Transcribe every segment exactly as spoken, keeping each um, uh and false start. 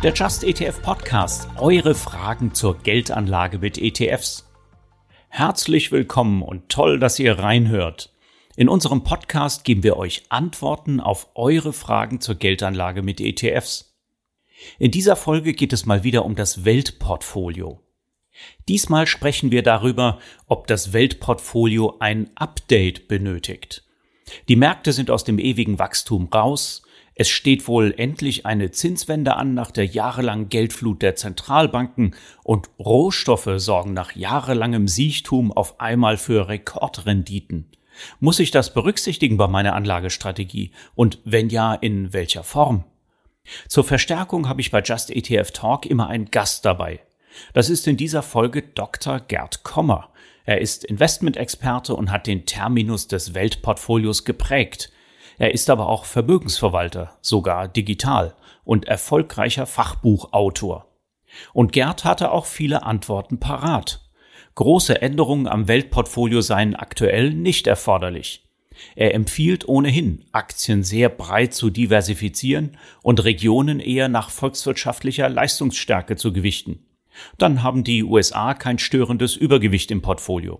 Der Just E T F Podcast, eure Fragen zur Geldanlage mit E T Fs. Herzlich willkommen und toll, dass ihr reinhört. In unserem Podcast geben wir euch Antworten auf eure Fragen zur Geldanlage mit E T Fs. In dieser Folge geht es mal wieder um das Weltportfolio. Diesmal sprechen wir darüber, ob das Weltportfolio ein Update benötigt. Die Märkte sind aus dem ewigen Wachstum raus. Es steht wohl endlich eine Zinswende an nach der jahrelangen Geldflut der Zentralbanken und Rohstoffe sorgen nach jahrelangem Siechtum auf einmal für Rekordrenditen. Muss ich das berücksichtigen bei meiner Anlagestrategie? Und wenn ja, in welcher Form? Zur Verstärkung habe ich bei Just E T F Talk immer einen Gast dabei. Das ist in dieser Folge Doktor Gerd Kommer. Er ist Investmentexperte und hat den Terminus des Weltportfolios geprägt. Er ist aber auch Vermögensverwalter, sogar digital, und erfolgreicher Fachbuchautor. Und Gerd hatte auch viele Antworten parat. Große Änderungen am Weltportfolio seien aktuell nicht erforderlich. Er empfiehlt ohnehin, Aktien sehr breit zu diversifizieren und Regionen eher nach volkswirtschaftlicher Leistungsstärke zu gewichten. Dann haben die U S A kein störendes Übergewicht im Portfolio.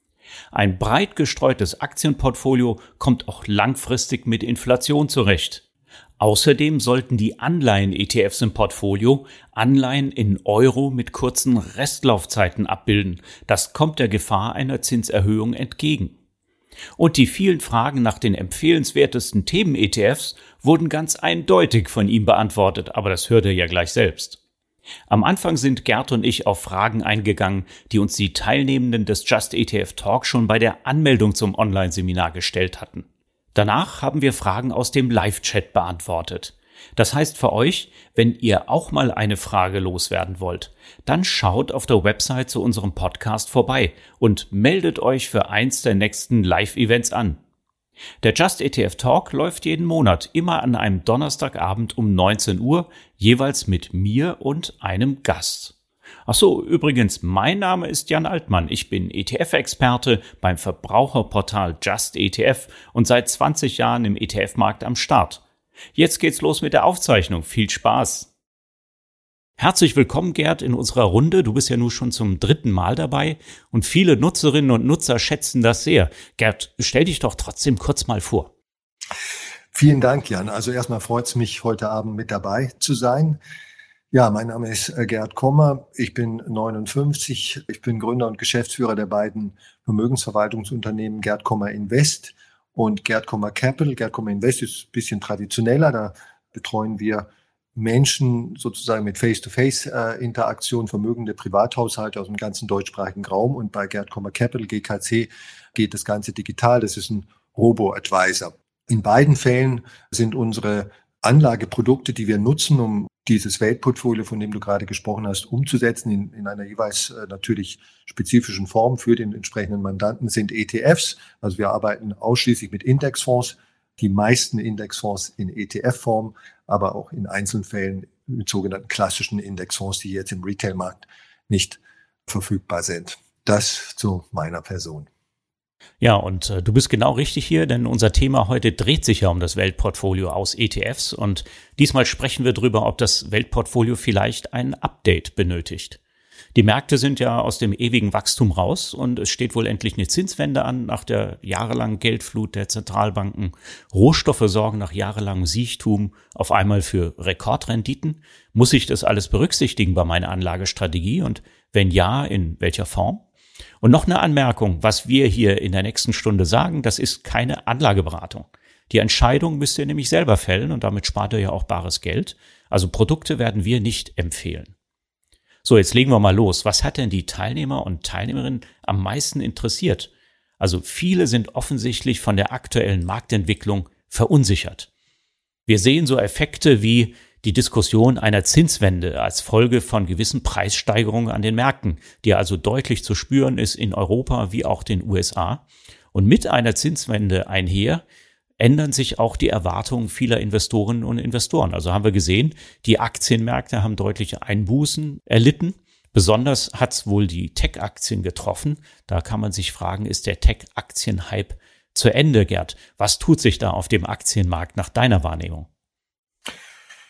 Ein breit gestreutes Aktienportfolio kommt auch langfristig mit Inflation zurecht. Außerdem sollten die Anleihen-E T Fs im Portfolio Anleihen in Euro mit kurzen Restlaufzeiten abbilden. Das kommt der Gefahr einer Zinserhöhung entgegen. Und die vielen Fragen nach den empfehlenswertesten Themen-E T Fs wurden ganz eindeutig von ihm beantwortet, aber das hört ihr ja gleich selbst. Am Anfang sind Gerd und ich auf Fragen eingegangen, die uns die Teilnehmenden des Just E T F Talk schon bei der Anmeldung zum Online-Seminar gestellt hatten. Danach haben wir Fragen aus dem Live-Chat beantwortet. Das heißt für euch, wenn ihr auch mal eine Frage loswerden wollt, dann schaut auf der Website zu unserem Podcast vorbei und meldet euch für eins der nächsten Live-Events an. Der Just E T F Talk läuft jeden Monat, immer an einem Donnerstagabend um neunzehn Uhr, jeweils mit mir und einem Gast. Ach so, übrigens, mein Name ist Jan Altmann. Ich bin E T F-Experte beim Verbraucherportal Just E T F und seit zwanzig Jahren im E T F-Markt am Start. Jetzt geht's los mit der Aufzeichnung. Viel Spaß! Herzlich willkommen, Gerd, in unserer Runde. Du bist ja nun schon zum dritten Mal dabei und viele Nutzerinnen und Nutzer schätzen das sehr. Gerd, stell dich doch trotzdem kurz mal vor. Vielen Dank, Jan. Also erstmal freut es mich, heute Abend mit dabei zu sein. Ja, mein Name ist Gerd Kommer. Ich bin neunundfünfzig. Ich bin Gründer und Geschäftsführer der beiden Vermögensverwaltungsunternehmen Gerd Kommer Invest und Gerd Kommer Capital. Gerd Kommer Invest ist ein bisschen traditioneller. Da betreuen wir Menschen sozusagen mit Face-to-Face-Interaktion, vermögende Privathaushalte aus dem ganzen deutschsprachigen Raum. Und bei Gerd Kommer Capital, G K C, geht das Ganze digital. Das ist ein Robo-Advisor. In beiden Fällen sind unsere Anlageprodukte, die wir nutzen, um dieses Weltportfolio, von dem du gerade gesprochen hast, umzusetzen, in, in einer jeweils äh, natürlich spezifischen Form für den entsprechenden Mandanten, sind E T Fs. Also wir arbeiten ausschließlich mit Indexfonds. Die meisten Indexfonds in E T F-Form, aber auch in Einzelfällen mit sogenannten klassischen Indexfonds, die jetzt im Retailmarkt nicht verfügbar sind. Das zu meiner Person. Ja, und äh, du bist genau richtig hier, denn unser Thema heute dreht sich ja um das Weltportfolio aus E T Fs und diesmal sprechen wir darüber, ob das Weltportfolio vielleicht ein Update benötigt. Die Märkte sind ja aus dem ewigen Wachstum raus und es steht wohl endlich eine Zinswende an nach der jahrelangen Geldflut der Zentralbanken. Rohstoffe sorgen nach jahrelangem Siechtum auf einmal für Rekordrenditen. Muss ich das alles berücksichtigen bei meiner Anlagestrategie und wenn ja, in welcher Form? Und noch eine Anmerkung, was wir hier in der nächsten Stunde sagen, das ist keine Anlageberatung. Die Entscheidung müsst ihr nämlich selber fällen und damit spart ihr ja auch bares Geld. Also Produkte werden wir nicht empfehlen. So, jetzt legen wir mal los. Was hat denn die Teilnehmer und Teilnehmerinnen am meisten interessiert? Also viele sind offensichtlich von der aktuellen Marktentwicklung verunsichert. Wir sehen so Effekte wie die Diskussion einer Zinswende als Folge von gewissen Preissteigerungen an den Märkten, die also deutlich zu spüren ist in Europa wie auch den U S A. Und mit einer Zinswende einher ändern sich auch die Erwartungen vieler Investorinnen und Investoren. Also haben wir gesehen, die Aktienmärkte haben deutliche Einbußen erlitten. Besonders hat es wohl die Tech-Aktien getroffen. Da kann man sich fragen, ist der Tech-Aktien-Hype zu Ende, Gerd? Was tut sich da auf dem Aktienmarkt nach deiner Wahrnehmung?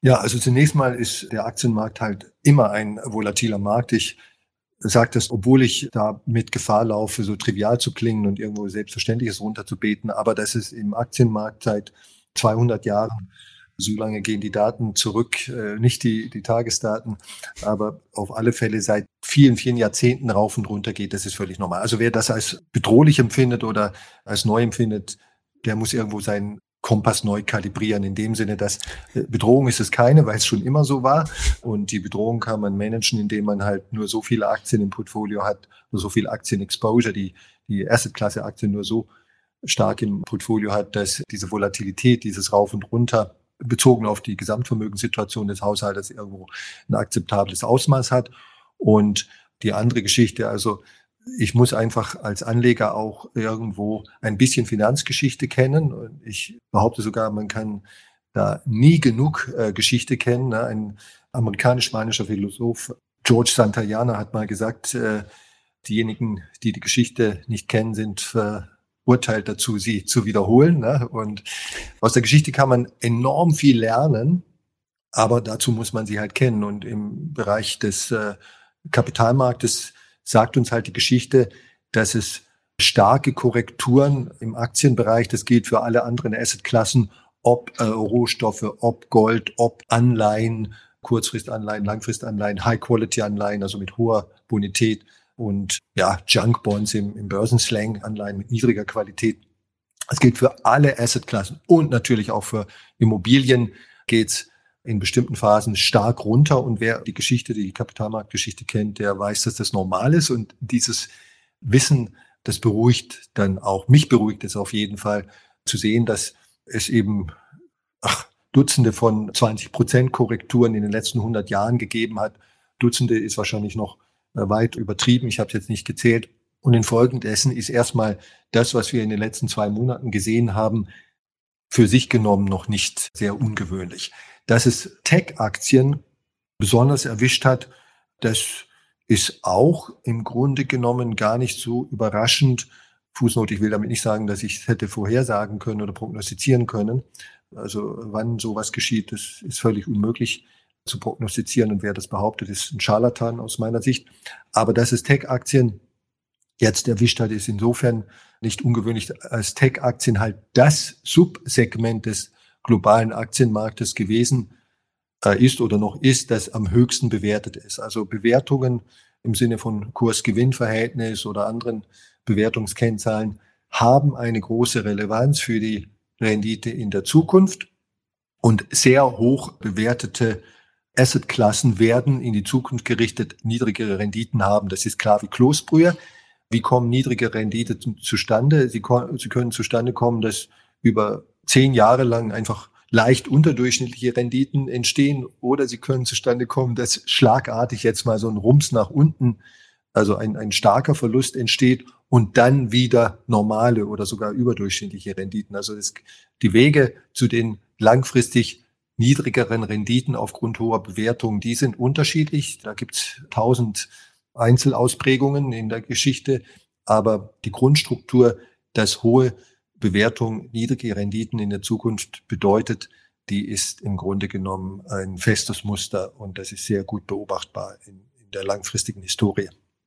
Ja, also zunächst mal ist der Aktienmarkt halt immer ein volatiler Markt. Ich sage das, obwohl ich da mit Gefahr laufe, so trivial zu klingen und irgendwo Selbstverständliches runterzubeten. Aber das ist im Aktienmarkt seit zweihundert Jahren. So lange gehen die Daten zurück, äh, nicht die, die Tagesdaten, aber auf alle Fälle seit vielen, vielen Jahrzehnten rauf und runter geht. Das ist völlig normal. Also wer das als bedrohlich empfindet oder als neu empfindet, der muss irgendwo seinen Kompass neu kalibrieren, in dem Sinne, dass äh, Bedrohung ist es keine, weil es schon immer so war. Und die Bedrohung kann man managen, indem man halt nur so viele Aktien im Portfolio hat, nur so viel Aktien-Exposure, die, die Asset-Klasse-Aktien nur so stark im Portfolio hat, dass diese Volatilität, dieses Rauf und Runter, bezogen auf die Gesamtvermögenssituation des Haushaltes irgendwo ein akzeptables Ausmaß hat. Und die andere Geschichte, also ich muss einfach als Anleger auch irgendwo ein bisschen Finanzgeschichte kennen. Und ich behaupte sogar, man kann da nie genug äh, Geschichte kennen. Ne? Ein amerikanisch-spanischer Philosoph, George Santayana, hat mal gesagt, äh, diejenigen, die die Geschichte nicht kennen, sind verurteilt dazu, sie zu wiederholen. Ne? Und aus der Geschichte kann man enorm viel lernen, aber dazu muss man sie halt kennen. Und im Bereich des äh, Kapitalmarktes sagt uns halt die Geschichte, dass es starke Korrekturen im Aktienbereich, das gilt für alle anderen Assetklassen, ob äh, Rohstoffe, ob Gold, ob Anleihen, Kurzfristanleihen, Langfristanleihen, High-Quality-Anleihen, also mit hoher Bonität und ja, Junk-Bonds im, im Börsenslang, Anleihen mit niedriger Qualität. Das gilt für alle Assetklassen und natürlich auch für Immobilien geht's in bestimmten Phasen stark runter. Und wer die Geschichte, die Kapitalmarktgeschichte kennt, der weiß, dass das normal ist. Und dieses Wissen, das beruhigt dann auch, mich beruhigt es auf jeden Fall, zu sehen, dass es eben ach, Dutzende von zwanzig Prozent Korrekturen in den letzten hundert Jahren gegeben hat. Dutzende ist wahrscheinlich noch weit übertrieben. Ich habe es jetzt nicht gezählt. Und infolgedessen ist erstmal das, was wir in den letzten zwei Monaten gesehen haben, für sich genommen noch nicht sehr ungewöhnlich. Dass es Tech-Aktien besonders erwischt hat, das ist auch im Grunde genommen gar nicht so überraschend. Fußnote, ich will damit nicht sagen, dass ich es hätte vorhersagen können oder prognostizieren können. Also wann sowas geschieht, das ist völlig unmöglich zu prognostizieren. Und wer das behauptet, ist ein Scharlatan aus meiner Sicht. Aber dass es Tech-Aktien jetzt erwischt hat, ist insofern nicht ungewöhnlich, als Tech-Aktien halt das Subsegment des globalen Aktienmarktes gewesen äh, ist oder noch ist, das am höchsten bewertet ist. Also Bewertungen im Sinne von Kurs-Gewinn-Verhältnis oder anderen Bewertungskennzahlen haben eine große Relevanz für die Rendite in der Zukunft. Und sehr hoch bewertete Assetklassen werden in die Zukunft gerichtet niedrigere Renditen haben. Das ist klar wie Kloßbrühe. Wie kommen niedrige Renditen zustande? Sie, sie können zustande kommen, dass über zehn Jahre lang einfach leicht unterdurchschnittliche Renditen entstehen, oder sie können zustande kommen, dass schlagartig jetzt mal so ein Rums nach unten, also ein, ein starker Verlust entsteht und dann wieder normale oder sogar überdurchschnittliche Renditen. Also das, die Wege zu den langfristig niedrigeren Renditen aufgrund hoher Bewertungen, die sind unterschiedlich. Da gibt's tausend Einzelausprägungen in der Geschichte, aber die Grundstruktur, dass hohe Bewertung niedrige Renditen in der Zukunft bedeutet, die ist im Grunde genommen ein festes Muster und das ist sehr gut beobachtbar in, in der langfristigen Historie.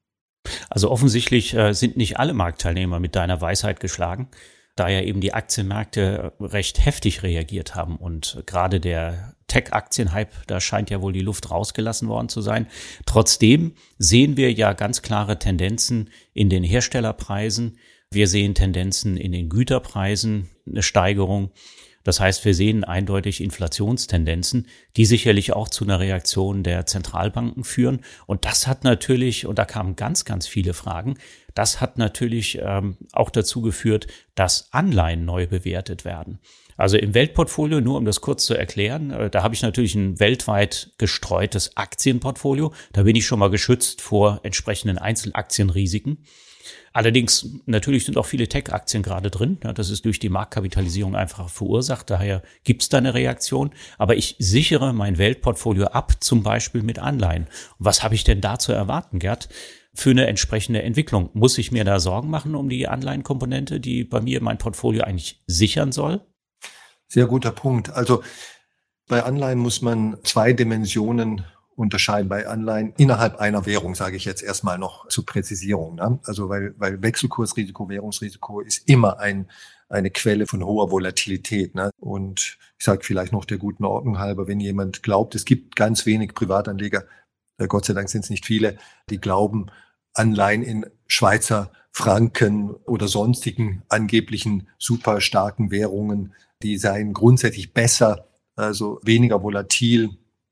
Also offensichtlich äh, sind nicht alle Marktteilnehmer mit deiner Weisheit geschlagen, da ja eben die Aktienmärkte recht heftig reagiert haben und gerade der Tech-Aktien-Hype, da scheint ja wohl die Luft rausgelassen worden zu sein. Trotzdem sehen wir ja ganz klare Tendenzen in den Herstellerpreisen. Wir sehen Tendenzen in den Güterpreisen, eine Steigerung. Das heißt, wir sehen eindeutig Inflationstendenzen, die sicherlich auch zu einer Reaktion der Zentralbanken führen. Und das hat natürlich, und da kamen ganz, ganz viele Fragen, das hat natürlich ähm, auch dazu geführt, dass Anleihen neu bewertet werden. Also im Weltportfolio, nur um das kurz zu erklären, äh, da habe ich natürlich ein weltweit gestreutes Aktienportfolio. Da bin ich schon mal geschützt vor entsprechenden Einzelaktienrisiken. Allerdings, natürlich sind auch viele Tech-Aktien gerade drin. Ja, das ist durch die Marktkapitalisierung einfach verursacht. Daher gibt es da eine Reaktion. Aber ich sichere mein Weltportfolio ab, zum Beispiel mit Anleihen. Und was habe ich denn da zu erwarten, Gerd, für eine entsprechende Entwicklung? Muss ich mir da Sorgen machen um die Anleihenkomponente, die bei mir mein Portfolio eigentlich sichern soll? Sehr guter Punkt. Also Bei Anleihen muss man zwei Dimensionen unterscheiden. Bei Anleihen innerhalb einer Währung, sage ich jetzt erstmal noch zur Präzisierung. Ne? Also weil, weil Wechselkursrisiko, Währungsrisiko ist immer ein, eine Quelle von hoher Volatilität. Ne? Und ich sage vielleicht noch der guten Ordnung halber, wenn jemand glaubt, es gibt ganz wenig Privatanleger, Gott sei Dank sind es nicht viele, die glauben, Anleihen in Schweizer Franken oder sonstigen angeblichen super starken Währungen, die seien grundsätzlich besser, also weniger volatil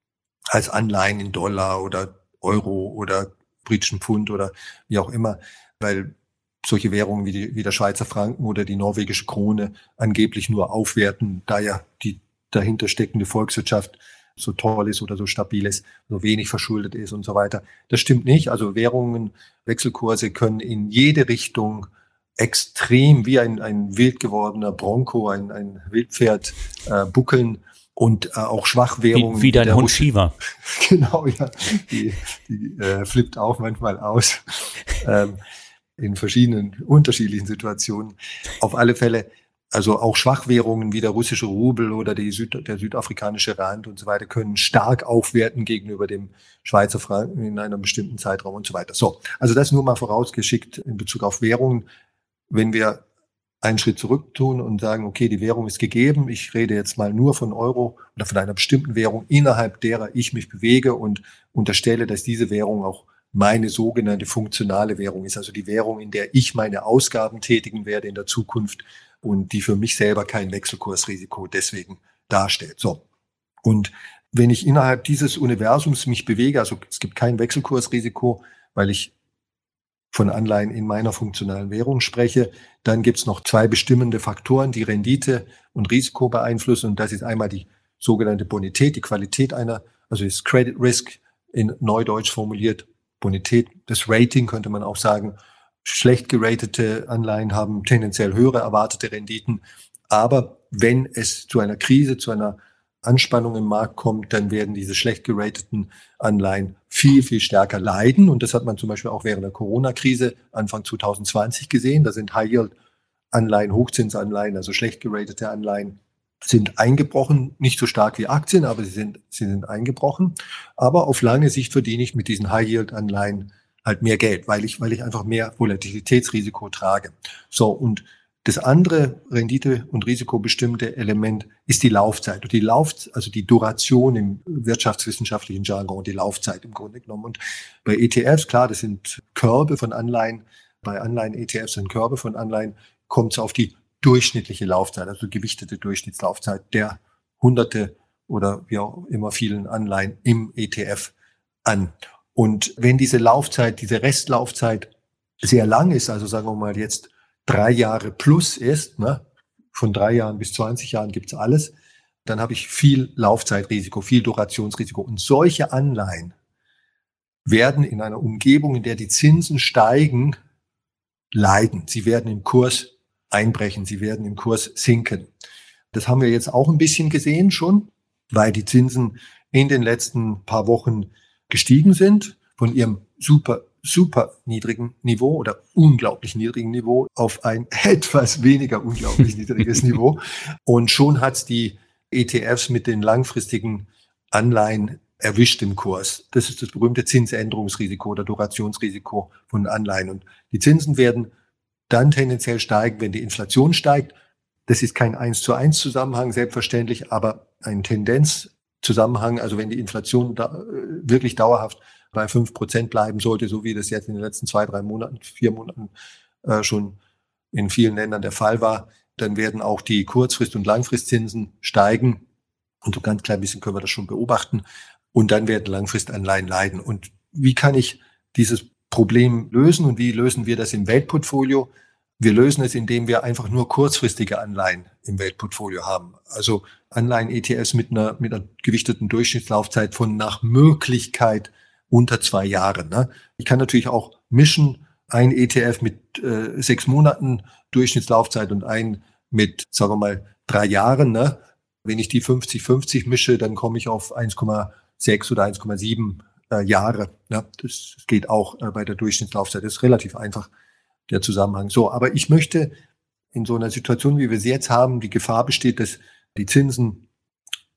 als Anleihen in Dollar oder Euro oder britischen Pfund oder wie auch immer, weil solche Währungen wie, die, wie der Schweizer Franken oder die norwegische Krone angeblich nur aufwerten, da ja die dahinter steckende Volkswirtschaft so toll ist oder so stabil ist, so wenig verschuldet ist und so weiter. Das stimmt nicht. Also Währungen, Wechselkurse können in jede Richtung extrem wie ein, ein wild gewordener Bronco, ein, ein Wildpferd äh, buckeln und äh, auch Schwachwährungen. Wie, wie dein Hund Shiva. Genau, ja. Die, die äh, flippt auch manchmal aus ähm, in verschiedenen, unterschiedlichen Situationen. Auf alle Fälle, also auch Schwachwährungen wie der russische Rubel oder die Süd, der südafrikanische Rand und so weiter können stark aufwerten gegenüber dem Schweizer Franken in einem bestimmten Zeitraum und so weiter. So, also das nur mal vorausgeschickt in Bezug auf Währungen. Wenn wir einen Schritt zurück tun und sagen, okay, die Währung ist gegeben, ich rede jetzt mal nur von Euro oder von einer bestimmten Währung, innerhalb derer ich mich bewege und unterstelle, dass diese Währung auch meine sogenannte funktionale Währung ist, also die Währung, in der ich meine Ausgaben tätigen werde in der Zukunft und die für mich selber kein Wechselkursrisiko deswegen darstellt. So. Und wenn ich innerhalb dieses Universums mich bewege, also es gibt kein Wechselkursrisiko, weil ich von Anleihen in meiner funktionalen Währung spreche, dann gibt es noch zwei bestimmende Faktoren, die Rendite und Risiko beeinflussen. Und das ist einmal die sogenannte Bonität, die Qualität einer, also das Credit Risk in Neudeutsch formuliert, Bonität, das Rating könnte man auch sagen. Schlecht geratete Anleihen haben tendenziell höhere erwartete Renditen. Aber wenn es zu einer Krise, zu einer Anspannung im Markt kommt, dann werden diese schlecht gerateten Anleihen viel, viel stärker leiden. Und das hat man zum Beispiel auch während der Corona-Krise Anfang zwanzig zwanzig gesehen. Da sind High-Yield-Anleihen, Hochzinsanleihen, also schlecht geratete Anleihen, sind eingebrochen. Nicht so stark wie Aktien, aber sie sind, sie sind eingebrochen. Aber auf lange Sicht verdiene ich mit diesen High-Yield-Anleihen halt mehr Geld, weil ich, weil ich einfach mehr Volatilitätsrisiko trage. So, und das andere Rendite- und risikobestimmte Element ist die Laufzeit. Und die Laufzeit, also die Duration im wirtschaftswissenschaftlichen Jargon, die Laufzeit im Grunde genommen. Und bei E T Fs, klar, das sind Körbe von Anleihen. Bei Anleihen-E T Fs sind Körbe von Anleihen, kommt es auf die durchschnittliche Laufzeit, also gewichtete Durchschnittslaufzeit der Hunderte oder wie auch immer vielen Anleihen im E T F an. Und wenn diese Laufzeit, diese Restlaufzeit sehr lang ist, also sagen wir mal jetzt drei Jahre plus ist, ne, von drei Jahren bis zwanzig Jahren gibt's alles, dann habe ich viel Laufzeitrisiko, viel Durationsrisiko. Und solche Anleihen werden in einer Umgebung, in der die Zinsen steigen, leiden. Sie werden im Kurs einbrechen, sie werden im Kurs sinken. Das haben wir jetzt auch ein bisschen gesehen schon, weil die Zinsen in den letzten paar Wochen gestiegen sind von ihrem super super niedrigen Niveau oder unglaublich niedrigen Niveau auf ein etwas weniger unglaublich niedriges Niveau. Und schon hat's die E T Fs mit den langfristigen Anleihen erwischt im Kurs. Das ist das berühmte Zinsänderungsrisiko oder Durationsrisiko von Anleihen. Und die Zinsen werden dann tendenziell steigen, wenn die Inflation steigt. Das ist kein eins zu eins Zusammenhang, selbstverständlich, aber ein Tendenzzusammenhang. Also wenn die Inflation da wirklich dauerhaft bei fünf Prozent bleiben sollte, so wie das jetzt in den letzten zwei, drei Monaten, vier Monaten äh, schon in vielen Ländern der Fall war, dann werden auch die Kurzfrist- und Langfristzinsen steigen. Und so ganz klein bisschen können wir das schon beobachten. Und dann werden Langfristanleihen leiden. Und wie kann ich dieses Problem lösen und wie lösen wir das im Weltportfolio? Wir lösen es, indem wir einfach nur kurzfristige Anleihen im Weltportfolio haben. Also Anleihen-E T Fs mit einer, mit einer gewichteten Durchschnittslaufzeit von nach Möglichkeit unter zwei Jahren. Ne? Ich kann natürlich auch mischen, ein E T F mit äh, sechs Monaten Durchschnittslaufzeit und ein mit, sagen wir mal, drei Jahren. Ne? Wenn ich die fünfzig fünfzig mische, dann komme ich auf eins Komma sechs oder eins Komma sieben äh, Jahre. Ne? Das geht auch äh, bei der Durchschnittslaufzeit. Das ist relativ einfach, der Zusammenhang. So, aber ich möchte in so einer Situation, wie wir sie jetzt haben, die Gefahr besteht, dass die Zinsen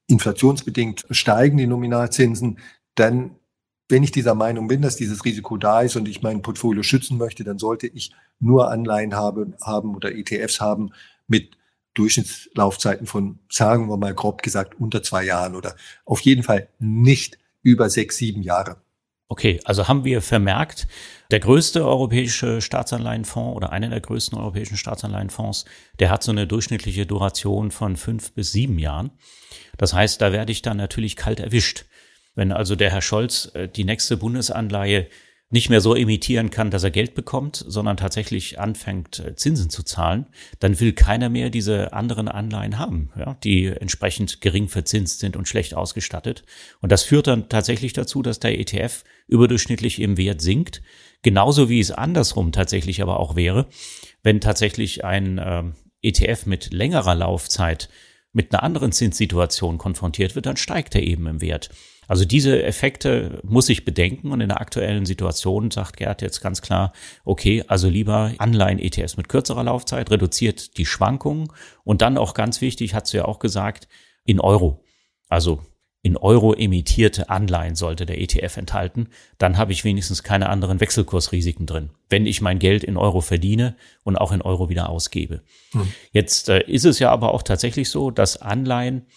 inflationsbedingt steigen die Nominalzinsen, dann, wenn ich dieser Meinung bin, dass dieses Risiko da ist und ich mein Portfolio schützen möchte, dann sollte ich nur Anleihen habe, haben oder E T Fs haben mit Durchschnittslaufzeiten von, sagen wir mal grob gesagt, unter zwei Jahren oder auf jeden Fall nicht über sechs, sieben Jahre. Okay, also haben wir vermerkt, der größte europäische Staatsanleihenfonds oder einer der größten europäischen Staatsanleihenfonds, der hat so eine durchschnittliche Duration von fünf bis sieben Jahren. Das heißt, da werde ich dann natürlich kalt erwischt. Wenn also der Herr Scholz die nächste Bundesanleihe nicht mehr so emittieren kann, dass er Geld bekommt, sondern tatsächlich anfängt, Zinsen zu zahlen, dann will keiner mehr diese anderen Anleihen haben, ja, die entsprechend gering verzinst sind und schlecht ausgestattet. Und das führt dann tatsächlich dazu, dass der E T F überdurchschnittlich im Wert sinkt, genauso wie es andersrum tatsächlich aber auch wäre, wenn tatsächlich ein äh, E T F mit längerer Laufzeit mit einer anderen Zinssituation konfrontiert wird, dann steigt er eben im Wert. Also diese Effekte muss ich bedenken und in der aktuellen Situation sagt Gerd jetzt ganz klar, okay, also lieber Anleihen-E T Fs mit kürzerer Laufzeit, reduziert die Schwankungen und dann auch ganz wichtig, hast du ja auch gesagt, in Euro. Also in Euro emittierte Anleihen sollte der E T F enthalten, dann habe ich wenigstens keine anderen Wechselkursrisiken drin, wenn ich mein Geld in Euro verdiene und auch in Euro wieder ausgebe. Hm. Jetzt äh, ist es ja aber auch tatsächlich so, dass Anleihen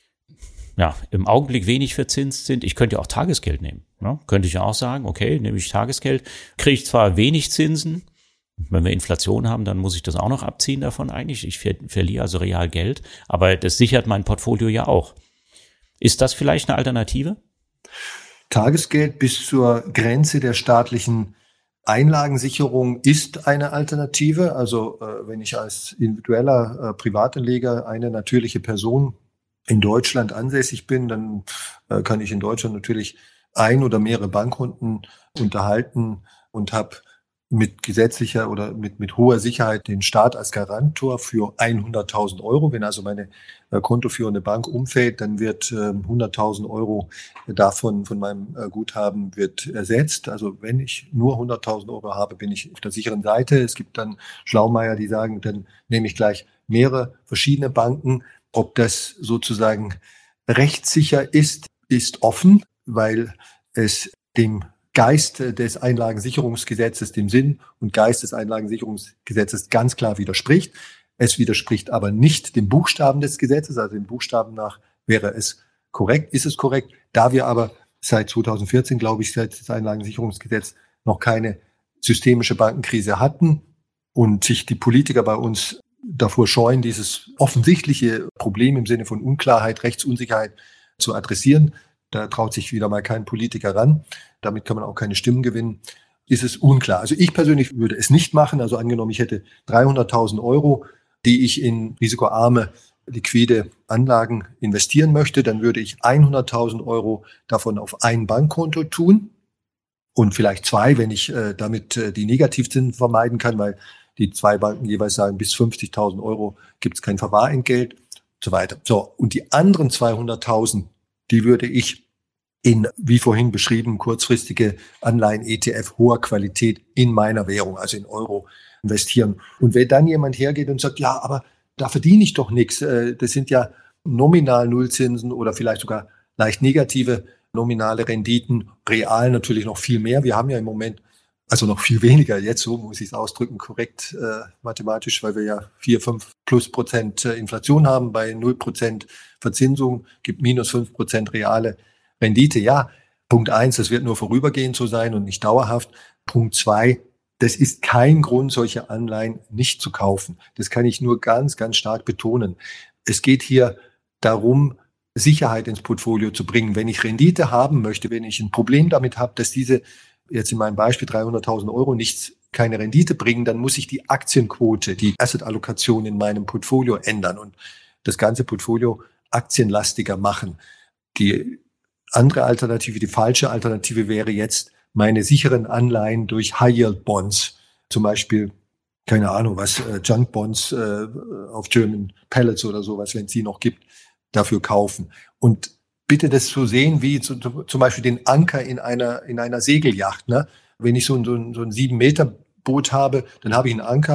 ja, im Augenblick wenig verzinst sind. Ich könnte ja auch Tagesgeld nehmen. Ne? Könnte ich ja auch sagen, okay, nehme ich Tagesgeld, kriege ich zwar wenig Zinsen, wenn wir Inflation haben, dann muss ich das auch noch abziehen davon eigentlich. Ich ver- verliere also real Geld, aber das sichert mein Portfolio ja auch. Ist das vielleicht eine Alternative? Tagesgeld bis zur Grenze der staatlichen Einlagensicherung ist eine Alternative. Also äh, wenn ich als individueller äh, Privatanleger eine natürliche Person in Deutschland ansässig bin, dann äh, kann ich in Deutschland natürlich ein oder mehrere Bankkonten unterhalten und habe mit gesetzlicher oder mit, mit hoher Sicherheit den Staat als Garantor für hunderttausend Euro. Wenn also meine äh, kontoführende Bank umfällt, dann wird äh, hunderttausend Euro davon von meinem äh, Guthaben wird ersetzt. Also wenn ich nur hunderttausend Euro habe, bin ich auf der sicheren Seite. Es gibt dann Schlaumeier, die sagen, dann nehme ich gleich mehrere verschiedene Banken. Ob das sozusagen rechtssicher ist, ist offen, weil es dem Geist des Einlagensicherungsgesetzes, dem Sinn und Geist des Einlagensicherungsgesetzes ganz klar widerspricht. Es widerspricht aber nicht dem Buchstaben des Gesetzes, also dem Buchstaben nach wäre es korrekt, ist es korrekt. Da wir aber seit zweitausendvierzehn, glaube ich, seit das Einlagensicherungsgesetz noch keine systemische Bankenkrise hatten und sich die Politiker bei uns davor scheuen, dieses offensichtliche Problem im Sinne von Unklarheit, Rechtsunsicherheit zu adressieren. Da traut sich wieder mal kein Politiker ran. Damit kann man auch keine Stimmen gewinnen. Ist es unklar. Also ich persönlich würde es nicht machen. Also angenommen, ich hätte dreihunderttausend Euro, die ich in risikoarme, liquide Anlagen investieren möchte, dann würde ich hunderttausend Euro davon auf ein Bankkonto tun und vielleicht zwei, wenn ich äh, damit äh, die Negativzinsen vermeiden kann, weil die zwei Banken jeweils sagen, bis fünfzigtausend Euro gibt es kein Verwahrentgelt und so weiter. So, und die anderen zweihunderttausend, die würde ich in, wie vorhin beschrieben, kurzfristige Anleihen-E T F hoher Qualität in meiner Währung, also in Euro, investieren. Und wenn dann jemand hergeht und sagt, ja, aber da verdiene ich doch nichts, das sind ja nominal Nullzinsen oder vielleicht sogar leicht negative nominale Renditen, real natürlich noch viel mehr. Wir haben ja im Moment also noch viel weniger, jetzt so muss ich es ausdrücken, korrekt äh, mathematisch, weil wir ja vier, fünf plus Prozent äh, Inflation haben, bei null Prozent Verzinsung, gibt minus fünf Prozent reale Rendite. Ja, Punkt eins, das wird nur vorübergehend so sein und nicht dauerhaft. Punkt zwei, das ist kein Grund, solche Anleihen nicht zu kaufen. Das kann ich nur ganz, ganz stark betonen. Es geht hier darum, Sicherheit ins Portfolio zu bringen. Wenn ich Rendite haben möchte, wenn ich ein Problem damit habe, dass diese jetzt in meinem Beispiel dreihunderttausend Euro nichts, keine Rendite bringen, dann muss ich die Aktienquote, die Assetallokation in meinem Portfolio ändern und das ganze Portfolio aktienlastiger machen. Die andere Alternative, die falsche Alternative wäre jetzt, meine sicheren Anleihen durch High-Yield-Bonds, zum Beispiel, keine Ahnung was, äh, Junk-Bonds äh, auf German Pellets oder sowas, wenn es die noch gibt, dafür kaufen. Und bitte das zu sehen wie zu, zum Beispiel den Anker in einer, in einer Segelyacht. Ne? Wenn ich so ein, so ein, so ein sieben Meter Boot habe, dann habe ich einen Anker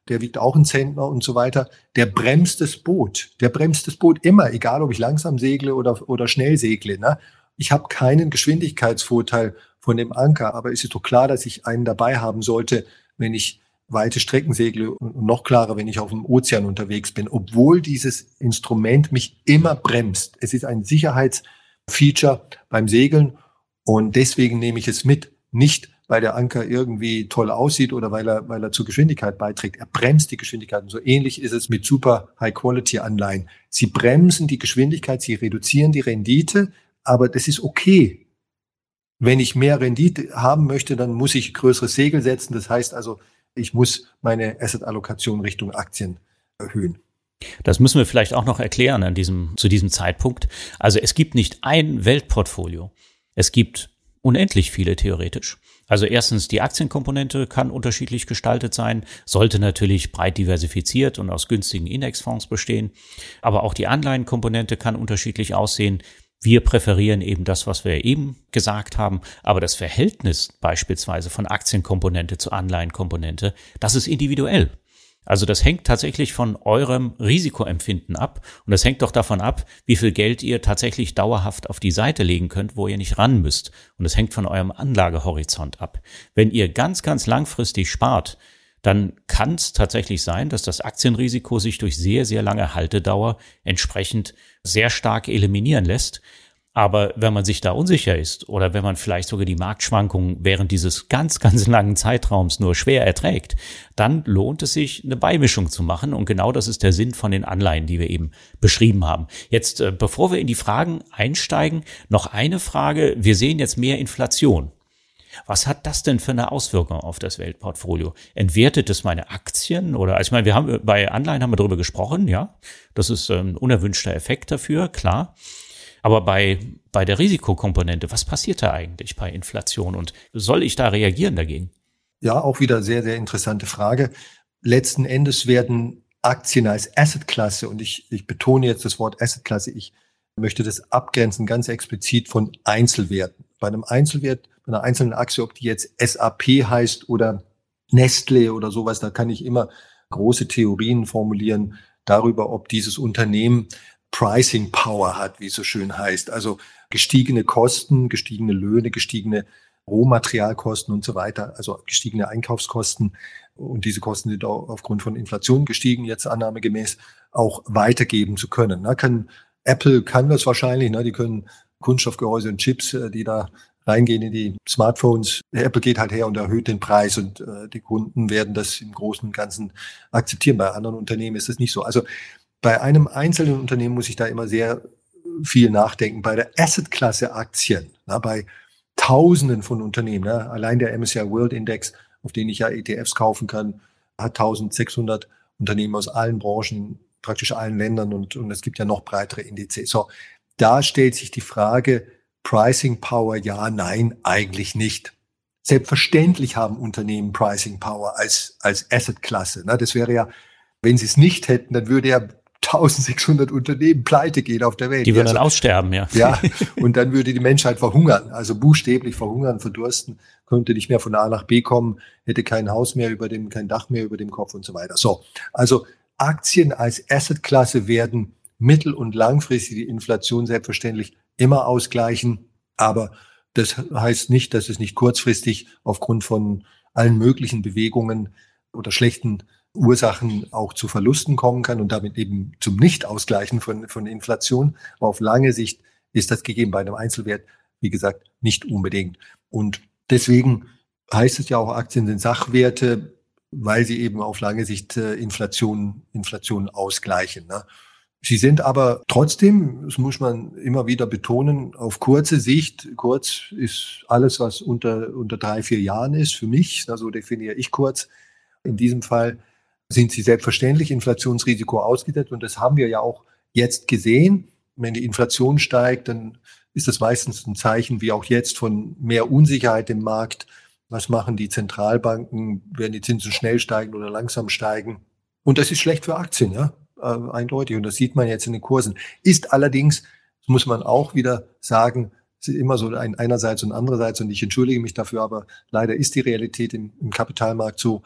der wiegt auch einen Zentner und so weiter, der bremst das Boot. Der bremst das Boot immer, egal ob ich langsam segle oder, oder schnell segle. Ne? Ich habe keinen Geschwindigkeitsvorteil von dem Anker, aber es ist doch klar, dass ich einen dabei haben sollte, wenn ich weite Strecken segle und noch klarer, wenn ich auf dem Ozean unterwegs bin, obwohl dieses Instrument mich immer bremst. Es ist ein Sicherheitsfeature beim Segeln und deswegen nehme ich es mit, nicht weil der Anker irgendwie toll aussieht oder weil er, weil er zur Geschwindigkeit beiträgt. Er bremst die Geschwindigkeit. Und so ähnlich ist es mit super High-Quality-Anleihen. Sie bremsen die Geschwindigkeit, sie reduzieren die Rendite, aber das ist okay. Wenn ich mehr Rendite haben möchte, dann muss ich größeres Segel setzen. Das heißt also, ich muss meine Asset-Allokation Richtung Aktien erhöhen. Das müssen wir vielleicht auch noch erklären an diesem, zu diesem Zeitpunkt. Also es gibt nicht ein Weltportfolio. Es gibt unendlich viele theoretisch. Also erstens, die Aktienkomponente kann unterschiedlich gestaltet sein, sollte natürlich breit diversifiziert und aus günstigen Indexfonds bestehen. Aber auch die Anleihenkomponente kann unterschiedlich aussehen. Wir präferieren eben das, was wir eben gesagt haben, aber das Verhältnis beispielsweise von Aktienkomponente zu Anleihenkomponente, das ist individuell. Also das hängt tatsächlich von eurem Risikoempfinden ab und das hängt doch davon ab, wie viel Geld ihr tatsächlich dauerhaft auf die Seite legen könnt, wo ihr nicht ran müsst. Und es hängt von eurem Anlagehorizont ab. Wenn ihr ganz, ganz langfristig spart, dann kann es tatsächlich sein, dass das Aktienrisiko sich durch sehr, sehr lange Haltedauer entsprechend sehr stark eliminieren lässt. Aber wenn man sich da unsicher ist oder wenn man vielleicht sogar die Marktschwankungen während dieses ganz, ganz langen Zeitraums nur schwer erträgt, dann lohnt es sich, eine Beimischung zu machen. Und genau das ist der Sinn von den Anleihen, die wir eben beschrieben haben. Jetzt, bevor wir in die Fragen einsteigen, noch eine Frage. Wir sehen jetzt mehr Inflation. Was hat das denn für eine Auswirkung auf das Weltportfolio? Entwertet es meine Aktien oder, also ich meine, wir haben bei Anleihen haben wir darüber gesprochen, ja. Das ist ein unerwünschter Effekt dafür, klar. Aber bei, bei der Risikokomponente, was passiert da eigentlich bei Inflation und soll ich da reagieren dagegen? Ja, auch wieder sehr, sehr interessante Frage. Letzten Endes werden Aktien als Assetklasse, und ich, ich betone jetzt das Wort Assetklasse, ich möchte das abgrenzen ganz explizit von Einzelwerten. Bei einem Einzelwert, bei einer einzelnen Aktie, ob die jetzt S A P heißt oder Nestle oder sowas, da kann ich immer große Theorien formulieren darüber, ob dieses Unternehmen Pricing Power hat, wie es so schön heißt. Also gestiegene Kosten, gestiegene Löhne, gestiegene Rohmaterialkosten und so weiter, also gestiegene Einkaufskosten. Und diese Kosten sind auch aufgrund von Inflation gestiegen, jetzt annahmegemäß, auch weitergeben zu können. Na, kann, Apple kann das wahrscheinlich, na, die können Kunststoffgehäuse und Chips, die da reingehen in die Smartphones. Apple geht halt her und erhöht den Preis und äh, die Kunden werden das im Großen und Ganzen akzeptieren. Bei anderen Unternehmen ist das nicht so. Also bei einem einzelnen Unternehmen muss ich da immer sehr viel nachdenken. Bei der Assetklasse Aktien, na, bei Tausenden von Unternehmen, na, allein der M S C I World Index, auf den ich ja E T Fs kaufen kann, hat eintausendsechshundert Unternehmen aus allen Branchen, praktisch allen Ländern und, und es gibt ja noch breitere Indizes. So, da stellt sich die Frage, Pricing Power, ja, nein, eigentlich nicht. Selbstverständlich haben Unternehmen Pricing Power als, als Assetklasse. Na, das wäre ja, wenn sie es nicht hätten, dann würde ja eintausendsechshundert Unternehmen pleite gehen auf der Welt. Die würden also, dann aussterben, ja. Ja, und dann würde die Menschheit verhungern, also buchstäblich verhungern, verdursten, könnte nicht mehr von A nach B kommen, hätte kein Haus mehr über dem, kein Dach mehr über dem Kopf und so weiter. So, also Aktien als Assetklasse werden mittel- und langfristig die Inflation selbstverständlich immer ausgleichen, aber das heißt nicht, dass es nicht kurzfristig aufgrund von allen möglichen Bewegungen oder schlechten Ursachen auch zu Verlusten kommen kann und damit eben zum Nicht-Ausgleichen von, von Inflation. Aber auf lange Sicht ist das gegeben, bei einem Einzelwert, wie gesagt, nicht unbedingt. Und deswegen heißt es ja auch, Aktien sind Sachwerte, weil sie eben auf lange Sicht äh, Inflation, Inflation ausgleichen. Ne? Sie sind aber trotzdem, das muss man immer wieder betonen, auf kurze Sicht, kurz ist alles, was unter, unter drei, vier Jahren ist, für mich, so definiere ich kurz, in diesem Fall sind sie selbstverständlich Inflationsrisiko ausgesetzt. Und das haben wir ja auch jetzt gesehen. Wenn die Inflation steigt, dann ist das meistens ein Zeichen, wie auch jetzt, von mehr Unsicherheit im Markt. Was machen die Zentralbanken? Werden die Zinsen schnell steigen oder langsam steigen? Und das ist schlecht für Aktien, ja, äh, eindeutig. Und das sieht man jetzt in den Kursen. Ist allerdings, das muss man auch wieder sagen, es ist immer so ein einerseits und andererseits. Und ich entschuldige mich dafür, aber leider ist die Realität im, im Kapitalmarkt so.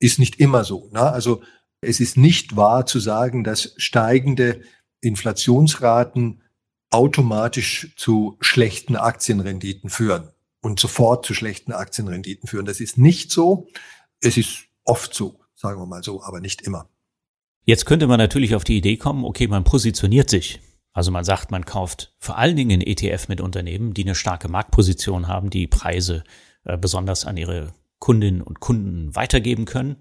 ist nicht immer so. Ne? Also es ist nicht wahr zu sagen, dass steigende Inflationsraten automatisch zu schlechten Aktienrenditen führen und sofort zu schlechten Aktienrenditen führen. Das ist nicht so. Es ist oft so, sagen wir mal so, aber nicht immer. Jetzt könnte man natürlich auf die Idee kommen, okay, man positioniert sich. Also man sagt, man kauft vor allen Dingen einen E T F mit Unternehmen, die eine starke Marktposition haben, die Preise äh, besonders an ihre Kundinnen und Kunden weitergeben können.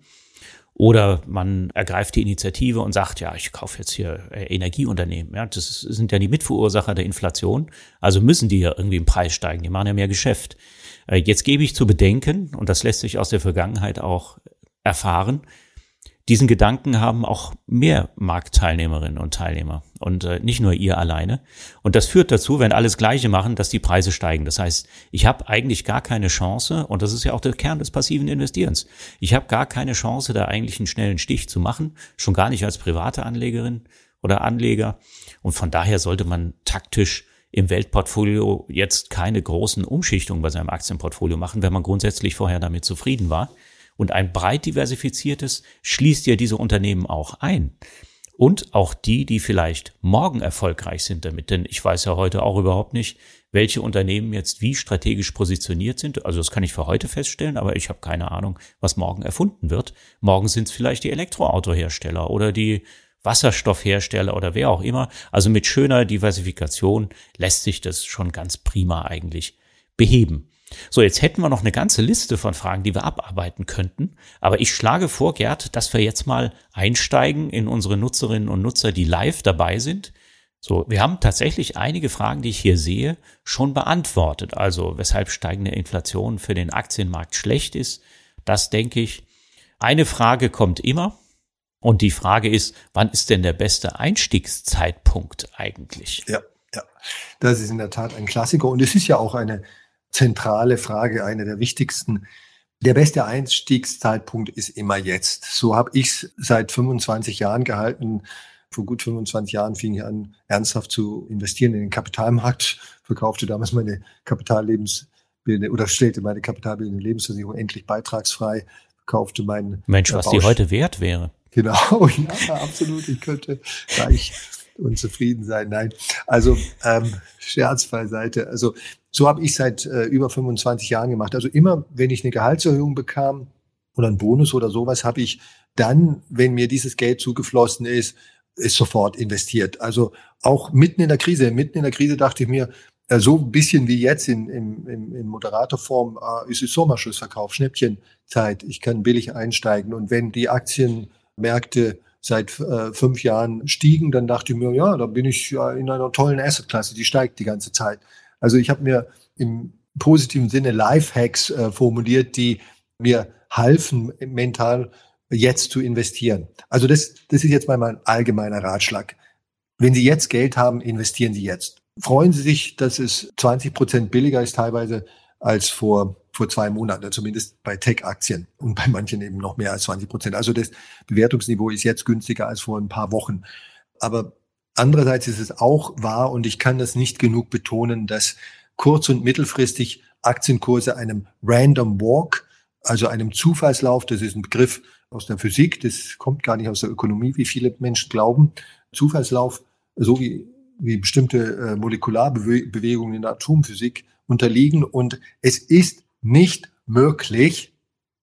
Oder man ergreift die Initiative und sagt, ja, ich kaufe jetzt hier Energieunternehmen. Ja, das sind ja die Mitverursacher der Inflation. Also müssen die ja irgendwie im Preis steigen. Die machen ja mehr Geschäft. Jetzt gebe ich zu bedenken, und das lässt sich aus der Vergangenheit auch erfahren, diesen Gedanken haben auch mehr Marktteilnehmerinnen und Teilnehmer und äh, nicht nur ihr alleine. Und das führt dazu, wenn alles Gleiche machen, dass die Preise steigen. Das heißt, ich habe eigentlich gar keine Chance, und das ist ja auch der Kern des passiven Investierens, ich habe gar keine Chance, da eigentlich einen schnellen Stich zu machen, schon gar nicht als private Anlegerin oder Anleger. Und von daher sollte man taktisch im Weltportfolio jetzt keine großen Umschichtungen bei seinem Aktienportfolio machen, wenn man grundsätzlich vorher damit zufrieden war. Und ein breit diversifiziertes schließt ja diese Unternehmen auch ein. Und auch die, die vielleicht morgen erfolgreich sind damit. Denn ich weiß ja heute auch überhaupt nicht, welche Unternehmen jetzt wie strategisch positioniert sind. Also das kann ich für heute feststellen, aber ich habe keine Ahnung, was morgen erfunden wird. Morgen sind es vielleicht die Elektroautohersteller oder die Wasserstoffhersteller oder wer auch immer. Also mit schöner Diversifikation lässt sich das schon ganz prima eigentlich beheben. So, jetzt hätten wir noch eine ganze Liste von Fragen, die wir abarbeiten könnten. Aber ich schlage vor, Gerd, dass wir jetzt mal einsteigen in unsere Nutzerinnen und Nutzer, die live dabei sind. So, wir haben tatsächlich einige Fragen, die ich hier sehe, schon beantwortet. Also, weshalb steigende Inflation für den Aktienmarkt schlecht ist, das denke ich. Eine Frage kommt immer. Und die Frage ist, wann ist denn der beste Einstiegszeitpunkt eigentlich? Ja, ja, das ist in der Tat ein Klassiker. Und es ist ja auch eine zentrale Frage, eine der wichtigsten. Der beste Einstiegszeitpunkt ist immer jetzt. So habe ich es seit fünfundzwanzig Jahren gehalten. Vor gut fünfundzwanzig Jahren fing ich an, ernsthaft zu investieren in den Kapitalmarkt, verkaufte damals meine Kapitallebensbildende oder stellte meine kapitalbildende Lebensversicherung endlich beitragsfrei, verkaufte meinen Mensch, was Bausch- die heute wert wäre. Genau, ja, absolut. Ich könnte reich und zufrieden sein. Nein, also ähm, Scherz beiseite. Also so habe ich seit äh, über fünfundzwanzig Jahren gemacht. Also immer, wenn ich eine Gehaltserhöhung bekam oder einen Bonus oder sowas, habe ich dann, wenn mir dieses Geld zugeflossen ist, ist sofort investiert. Also auch mitten in der Krise. Mitten in der Krise dachte ich mir, äh, so ein bisschen wie jetzt in, in, in, in moderater Form, äh, ist es Sommerschlussverkauf, Schnäppchenzeit. Ich kann billig einsteigen. Und wenn die Aktienmärkte seit äh, fünf Jahren stiegen, dann dachte ich mir, ja, da bin ich ja in einer tollen Assetklasse, die steigt die ganze Zeit. Also ich habe mir im positiven Sinne Lifehacks äh, formuliert, die mir halfen, mental jetzt zu investieren. Also das, das ist jetzt mal mein allgemeiner Ratschlag. Wenn Sie jetzt Geld haben, investieren Sie jetzt. Freuen Sie sich, dass es zwanzig Prozent billiger ist teilweise als vor vor zwei Monaten, zumindest bei Tech-Aktien und bei manchen eben noch mehr als zwanzig Prozent. Also das Bewertungsniveau ist jetzt günstiger als vor ein paar Wochen. Aber andererseits ist es auch wahr, und ich kann das nicht genug betonen, dass kurz- und mittelfristig Aktienkurse einem Random Walk, also einem Zufallslauf, das ist ein Begriff aus der Physik, das kommt gar nicht aus der Ökonomie, wie viele Menschen glauben, Zufallslauf, so wie, wie bestimmte äh, Molekularbewegungen in der Atomphysik unterliegen. Und es ist nicht möglich,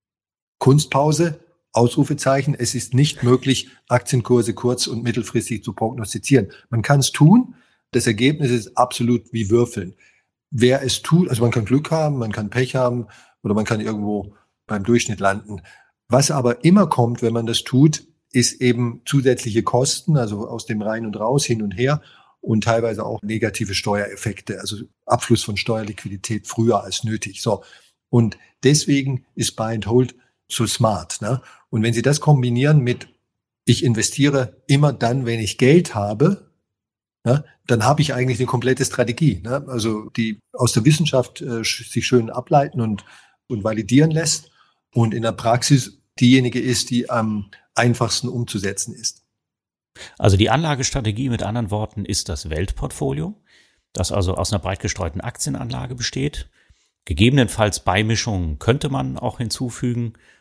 Kunstpause, Ausrufezeichen, es ist nicht möglich, Aktienkurse kurz- und mittelfristig zu prognostizieren. Man kann es tun, das Ergebnis ist absolut wie Würfeln. Wer es tut, also man kann Glück haben, man kann Pech haben oder man kann irgendwo beim Durchschnitt landen. Was aber immer kommt, wenn man das tut, ist eben zusätzliche Kosten, also aus dem Rein und Raus, hin und her, und teilweise auch negative Steuereffekte, also Abfluss von Steuerliquidität früher als nötig. So. Und deswegen ist Buy and Hold so smart. Ne? Und wenn Sie das kombinieren mit, ich investiere immer dann, wenn ich Geld habe, ne, dann habe ich eigentlich eine komplette Strategie. Ne? Also die aus der Wissenschaft äh, sich schön ableiten und, und validieren lässt und in der Praxis diejenige ist, die am einfachsten umzusetzen ist. Also die Anlagestrategie mit anderen Worten ist das Weltportfolio, das also aus einer breit gestreuten Aktienanlage besteht. Gegebenenfalls Beimischungen könnte man auch hinzufügen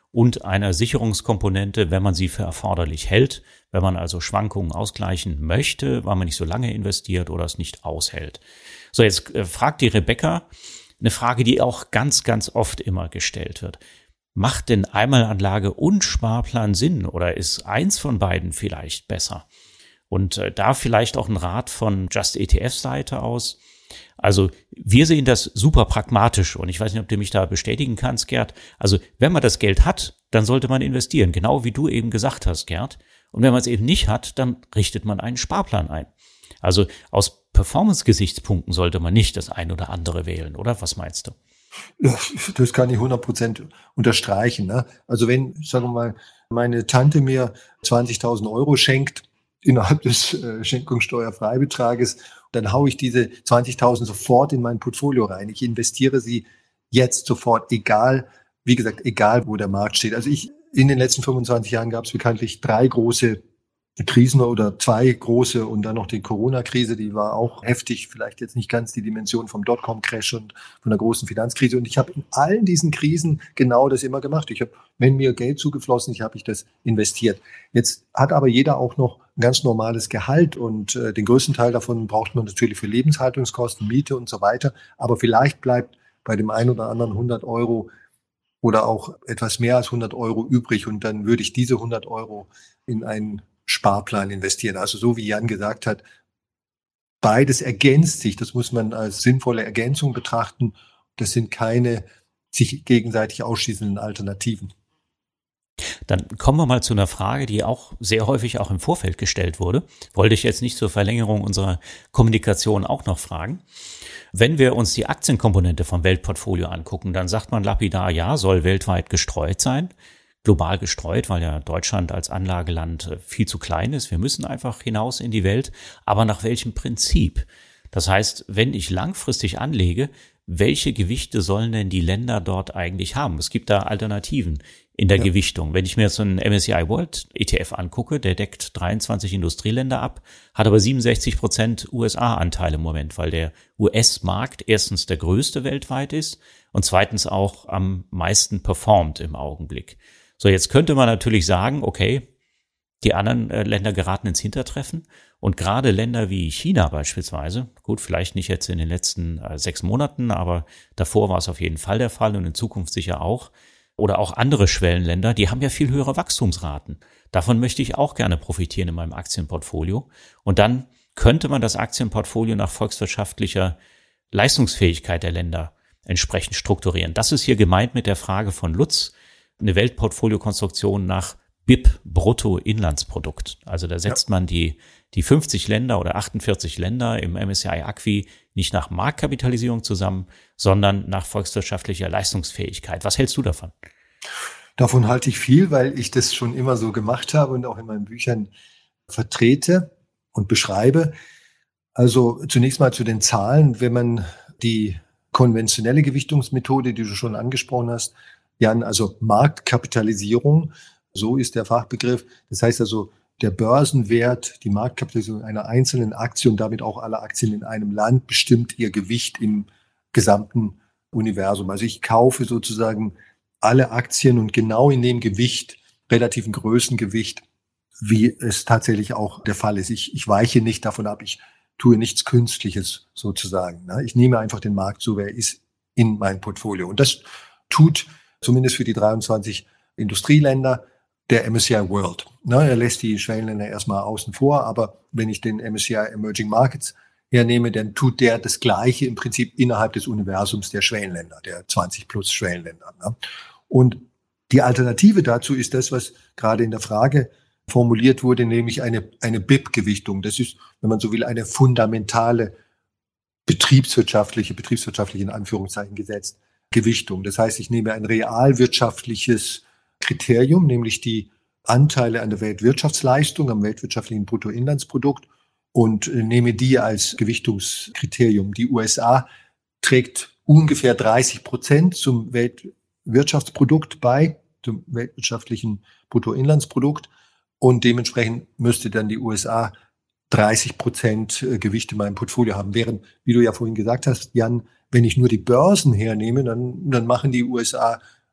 und einer Sicherungskomponente, wenn man sie für erforderlich hält, wenn man also Schwankungen ausgleichen möchte, weil man nicht so lange investiert oder es nicht aushält. So, jetzt äh, fragt die Rebecca eine Frage, die auch ganz, ganz oft immer gestellt wird. Macht denn Einmalanlage und Sparplan Sinn oder ist eins von beiden vielleicht besser? Und äh, da vielleicht auch ein Rat von Just E T F-Seite aus. Also wir sehen das super pragmatisch und ich weiß nicht, ob du mich da bestätigen kannst, Gerd. Also wenn man das Geld hat, dann sollte man investieren, genau wie du eben gesagt hast, Gerd. Und wenn man es eben nicht hat, dann richtet man einen Sparplan ein. Also aus Performance-Gesichtspunkten sollte man nicht das ein oder andere wählen, oder? Was meinst du? Ja, das kann ich hundert Prozent unterstreichen. Ne? Also wenn, sagen wir mal, meine Tante mir zwanzigtausend Euro schenkt innerhalb des äh, Schenkungssteuerfreibetrages, dann haue ich diese zwanzigtausend sofort in mein Portfolio rein. Ich investiere sie jetzt sofort, egal, wie gesagt, egal, wo der Markt steht. Also ich, in den letzten fünfundzwanzig Jahren gab es bekanntlich drei große Krisen oder zwei große und dann noch die Corona-Krise, die war auch heftig, vielleicht jetzt nicht ganz die Dimension vom Dotcom-Crash und von der großen Finanzkrise. Und ich habe in allen diesen Krisen genau das immer gemacht. Ich habe, wenn mir Geld zugeflossen ist, habe ich das investiert. Jetzt hat aber jeder auch noch ein ganz normales Gehalt und äh, den größten Teil davon braucht man natürlich für Lebenshaltungskosten, Miete und so weiter. Aber vielleicht bleibt bei dem einen oder anderen hundert Euro oder auch etwas mehr als hundert Euro übrig und dann würde ich diese hundert Euro in einen Sparplan investieren. Also so wie Jan gesagt hat, beides ergänzt sich. Das muss man als sinnvolle Ergänzung betrachten. Das sind keine sich gegenseitig ausschließenden Alternativen. Dann kommen wir mal zu einer Frage, die auch sehr häufig auch im Vorfeld gestellt wurde. Wollte ich jetzt nicht zur Verlängerung unserer Kommunikation auch noch fragen. Wenn wir uns die Aktienkomponente vom Weltportfolio angucken, dann sagt man lapidar, ja, soll weltweit gestreut sein. Global gestreut, weil ja Deutschland als Anlageland viel zu klein ist. Wir müssen einfach hinaus in die Welt. Aber nach welchem Prinzip? Das heißt, wenn ich langfristig anlege, welche Gewichte sollen denn die Länder dort eigentlich haben? Es gibt da Alternativen in der ja. Gewichtung. Wenn ich mir jetzt so einen M S C I World E T F angucke, der deckt dreiundzwanzig Industrieländer ab, hat aber siebenundsechzig Prozent U S A-Anteil im Moment, weil der U S-Markt erstens der größte weltweit ist und zweitens auch am meisten performt im Augenblick. So, jetzt könnte man natürlich sagen, okay, die anderen äh, Länder geraten ins Hintertreffen und gerade Länder wie China beispielsweise, gut, vielleicht nicht jetzt in den letzten äh, sechs Monaten, aber davor war es auf jeden Fall der Fall und in Zukunft sicher auch, oder auch andere Schwellenländer, die haben ja viel höhere Wachstumsraten. Davon möchte ich auch gerne profitieren in meinem Aktienportfolio und dann könnte man das Aktienportfolio nach volkswirtschaftlicher Leistungsfähigkeit der Länder entsprechend strukturieren. Das ist hier gemeint mit der Frage von Lutz, eine Weltportfoliokonstruktion nach B I P, Bruttoinlandsprodukt. Also da setzt ja. man die die fünfzig Länder oder achtundvierzig Länder im M S C I Acqui nicht nach Marktkapitalisierung zusammen, sondern nach volkswirtschaftlicher Leistungsfähigkeit. Was hältst du davon? Davon halte ich viel, weil ich das schon immer so gemacht habe und auch in meinen Büchern vertrete und beschreibe. Also zunächst mal zu den Zahlen. Wenn man die konventionelle Gewichtungsmethode, die du schon angesprochen hast, Jan, also Marktkapitalisierung, so ist der Fachbegriff. Das heißt also, der Börsenwert, die Marktkapitalisierung einer einzelnen Aktie und damit auch aller Aktien in einem Land bestimmt ihr Gewicht im gesamten Universum. Also ich kaufe sozusagen alle Aktien und genau in dem Gewicht, relativen Größengewicht, wie es tatsächlich auch der Fall ist. Ich, ich weiche nicht davon ab, ich tue nichts Künstliches sozusagen. Ich nehme einfach den Markt so, wer er ist, in mein Portfolio. Und das tut zumindest für die dreiundzwanzig Industrieländer der M S C I World. Er lässt die Schwellenländer erstmal außen vor, aber wenn ich den M S C I Emerging Markets hernehme, dann tut der das Gleiche im Prinzip innerhalb des Universums der Schwellenländer, der zwanzig plus Schwellenländer. Und die Alternative dazu ist das, was gerade in der Frage formuliert wurde, nämlich eine, eine B I P-Gewichtung. Das ist, wenn man so will, eine fundamentale betriebswirtschaftliche, betriebswirtschaftliche in Anführungszeichen gesetzt, Gewichtung. Das heißt, ich nehme ein realwirtschaftliches Kriterium, nämlich die Anteile an der Weltwirtschaftsleistung, am weltwirtschaftlichen Bruttoinlandsprodukt und nehme die als Gewichtungskriterium. Die U S A trägt ungefähr dreißig Prozent zum Weltwirtschaftsprodukt bei, zum weltwirtschaftlichen Bruttoinlandsprodukt und dementsprechend müsste dann die U S A dreißig Prozent Gewicht in meinem Portfolio haben. Während, wie du ja vorhin gesagt hast, Jan, wenn ich nur die Börsen hernehme, dann, dann machen die U S A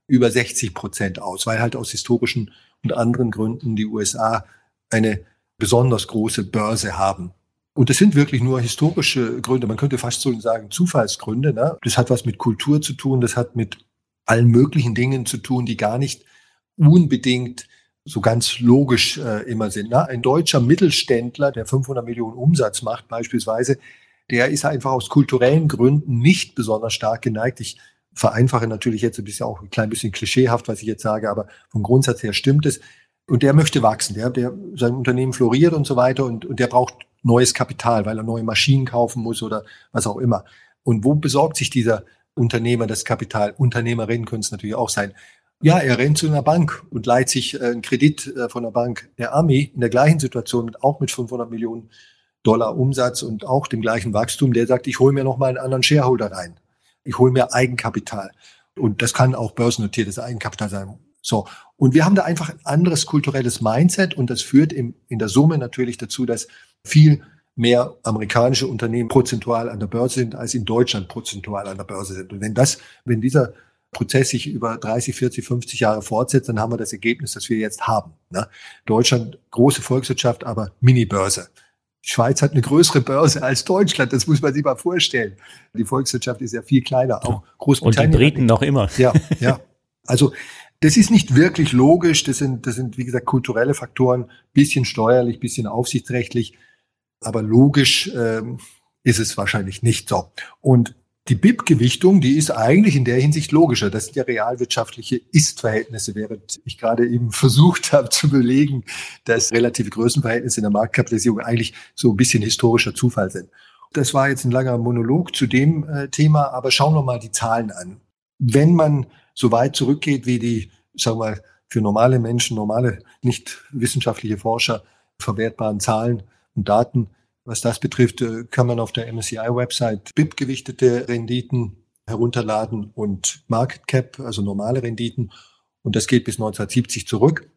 über sechzig Prozent aus, weil halt aus historischen und anderen Gründen die U S A eine besonders große Börse haben. Und das sind wirklich nur historische Gründe. Man könnte fast so sagen Zufallsgründe. Ne? Das hat was mit Kultur zu tun. Das hat mit allen möglichen Dingen zu tun, die gar nicht unbedingt so ganz logisch äh, immer sind. Ne? Ein deutscher Mittelständler, der fünfhundert Millionen Umsatz macht beispielsweise, der ist einfach aus kulturellen Gründen nicht besonders stark geneigt. Ich vereinfache natürlich jetzt ein bisschen, auch ein klein bisschen klischeehaft, was ich jetzt sage, aber vom Grundsatz her stimmt es. Und der möchte wachsen, der, der sein Unternehmen floriert und so weiter und, und der braucht neues Kapital, weil er neue Maschinen kaufen muss oder was auch immer. Und wo besorgt sich dieser Unternehmer das Kapital? Unternehmerinnen können es natürlich auch sein. Ja, er rennt zu einer Bank und leiht sich einen Kredit von der Bank der Army in der gleichen Situation, auch mit fünfhundert Millionen Dollar Umsatz und auch dem gleichen Wachstum. Der sagt, ich hole mir noch mal einen anderen Shareholder rein. Ich hole mir Eigenkapital. Und das kann auch börsennotiertes Eigenkapital sein. So. Und wir haben da einfach ein anderes kulturelles Mindset und das führt im, in der Summe natürlich dazu, dass viel mehr amerikanische Unternehmen prozentual an der Börse sind, als in Deutschland prozentual an der Börse sind. Und wenn das, wenn dieser Prozess sich über dreißig, vierzig, fünfzig Jahre fortsetzt, dann haben wir das Ergebnis, das wir jetzt haben. Ne? Deutschland, große Volkswirtschaft, aber Mini-Börse. Die Schweiz hat eine größere Börse als Deutschland, das muss man sich mal vorstellen. Die Volkswirtschaft ist ja viel kleiner, auch Großbritannien. Und die Briten noch immer. Ja, ja. Also das ist nicht wirklich logisch, das sind, das sind wie gesagt kulturelle Faktoren, bisschen steuerlich, bisschen aufsichtsrechtlich, aber logisch ähm, ist es wahrscheinlich nicht so. Und die B I P-Gewichtung, die ist eigentlich in der Hinsicht logischer. Das sind ja realwirtschaftliche Ist-Verhältnisse, während ich gerade eben versucht habe zu belegen, dass relative Größenverhältnisse in der Marktkapitalisierung eigentlich so ein bisschen historischer Zufall sind. Das war jetzt ein langer Monolog zu dem äh, Thema, aber schauen wir mal die Zahlen an. Wenn man so weit zurückgeht, wie die, sagen wir mal, für normale Menschen, normale, nicht wissenschaftliche Forscher verwertbaren Zahlen und Daten, was das betrifft, kann man auf der M S C I-Website B I P-gewichtete Renditen herunterladen und Market Cap, also normale Renditen. Und das geht bis neunzehnhundertsiebzig zurück.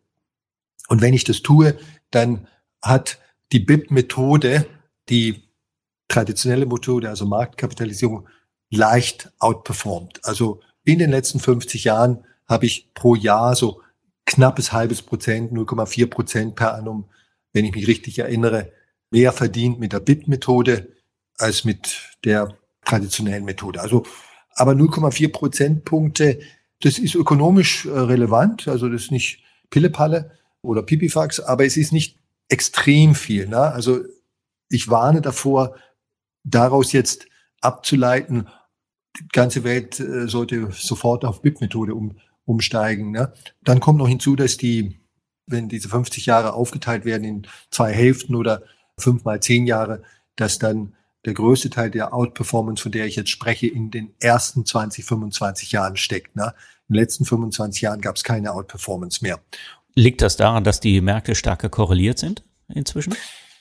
Und wenn ich das tue, dann hat die B I P-Methode, die traditionelle Methode, also Marktkapitalisierung, leicht outperformed. Also in den letzten fünfzig Jahren habe ich pro Jahr so knappes halbes Prozent, null Komma vier Prozent per annum, wenn ich mich richtig erinnere, mehr verdient mit der B I P-Methode als mit der traditionellen Methode. Also, aber null Komma vier Prozentpunkte, das ist ökonomisch äh, relevant, also das ist nicht Pillepalle oder Pipifax, aber es ist nicht extrem viel. Ne? Also ich warne davor, daraus jetzt abzuleiten, die ganze Welt äh, sollte sofort auf B I P-Methode um, umsteigen. Ne? Dann kommt noch hinzu, dass die, wenn diese fünfzig Jahre aufgeteilt werden in zwei Hälften oder fünf mal zehn Jahre, dass dann der größte Teil der Outperformance, von der ich jetzt spreche, in den ersten zwanzig, fünfundzwanzig Jahren steckt. Ne? In den letzten fünfundzwanzig Jahren gab es keine Outperformance mehr. Liegt das daran, dass die Märkte stärker korreliert sind inzwischen?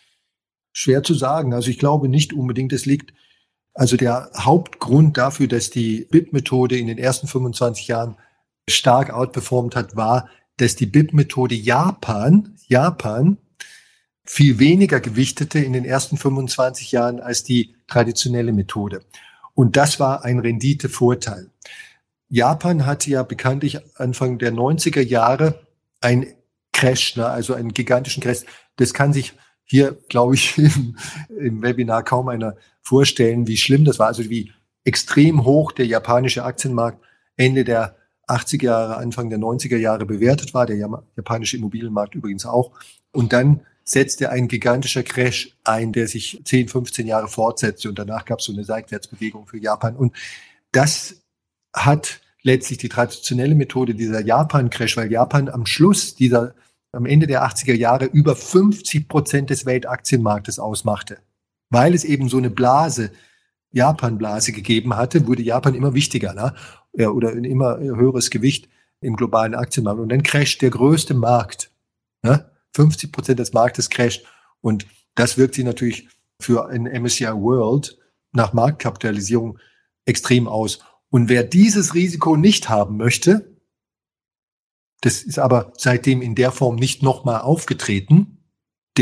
Schwer zu sagen. Also ich glaube nicht unbedingt. Es liegt, also der Hauptgrund dafür, dass die B I P-Methode in den ersten fünfundzwanzig Jahren stark outperformt hat, war, dass die B I P-Methode Japan, Japan, viel weniger gewichtete in den ersten fünfundzwanzig Jahren als die traditionelle Methode. Und das war ein Renditevorteil. Japan hatte ja bekanntlich Anfang der neunziger Jahre ein Crash, ne, also einen gigantischen Crash. Das kann sich hier, glaube ich, im, im Webinar kaum einer vorstellen, wie schlimm das war. Also wie extrem hoch der japanische Aktienmarkt Ende der achtziger Jahre, Anfang der neunziger Jahre bewertet war, der japanische Immobilienmarkt übrigens auch. Und dann setzte ein gigantischer Crash ein, der sich zehn, fünfzehn Jahre fortsetzte und danach gab es so eine Seitwärtsbewegung für Japan. Und das hat letztlich die traditionelle Methode, dieser Japan-Crash, weil Japan am Schluss dieser, am Ende der achtziger Jahre über fünfzig Prozent des Weltaktienmarktes ausmachte. Weil es eben so eine Blase, Japan-Blase gegeben hatte, wurde Japan immer wichtiger, ne? Ja, oder ein immer höheres Gewicht im globalen Aktienmarkt. Und dann crasht der größte Markt, ne? fünfzig Prozent des Marktes crasht. Und das wirkt sich natürlich für ein M S C I World nach Marktkapitalisierung extrem aus. Und wer dieses Risiko nicht haben möchte, das ist aber seitdem in der Form nicht nochmal aufgetreten, der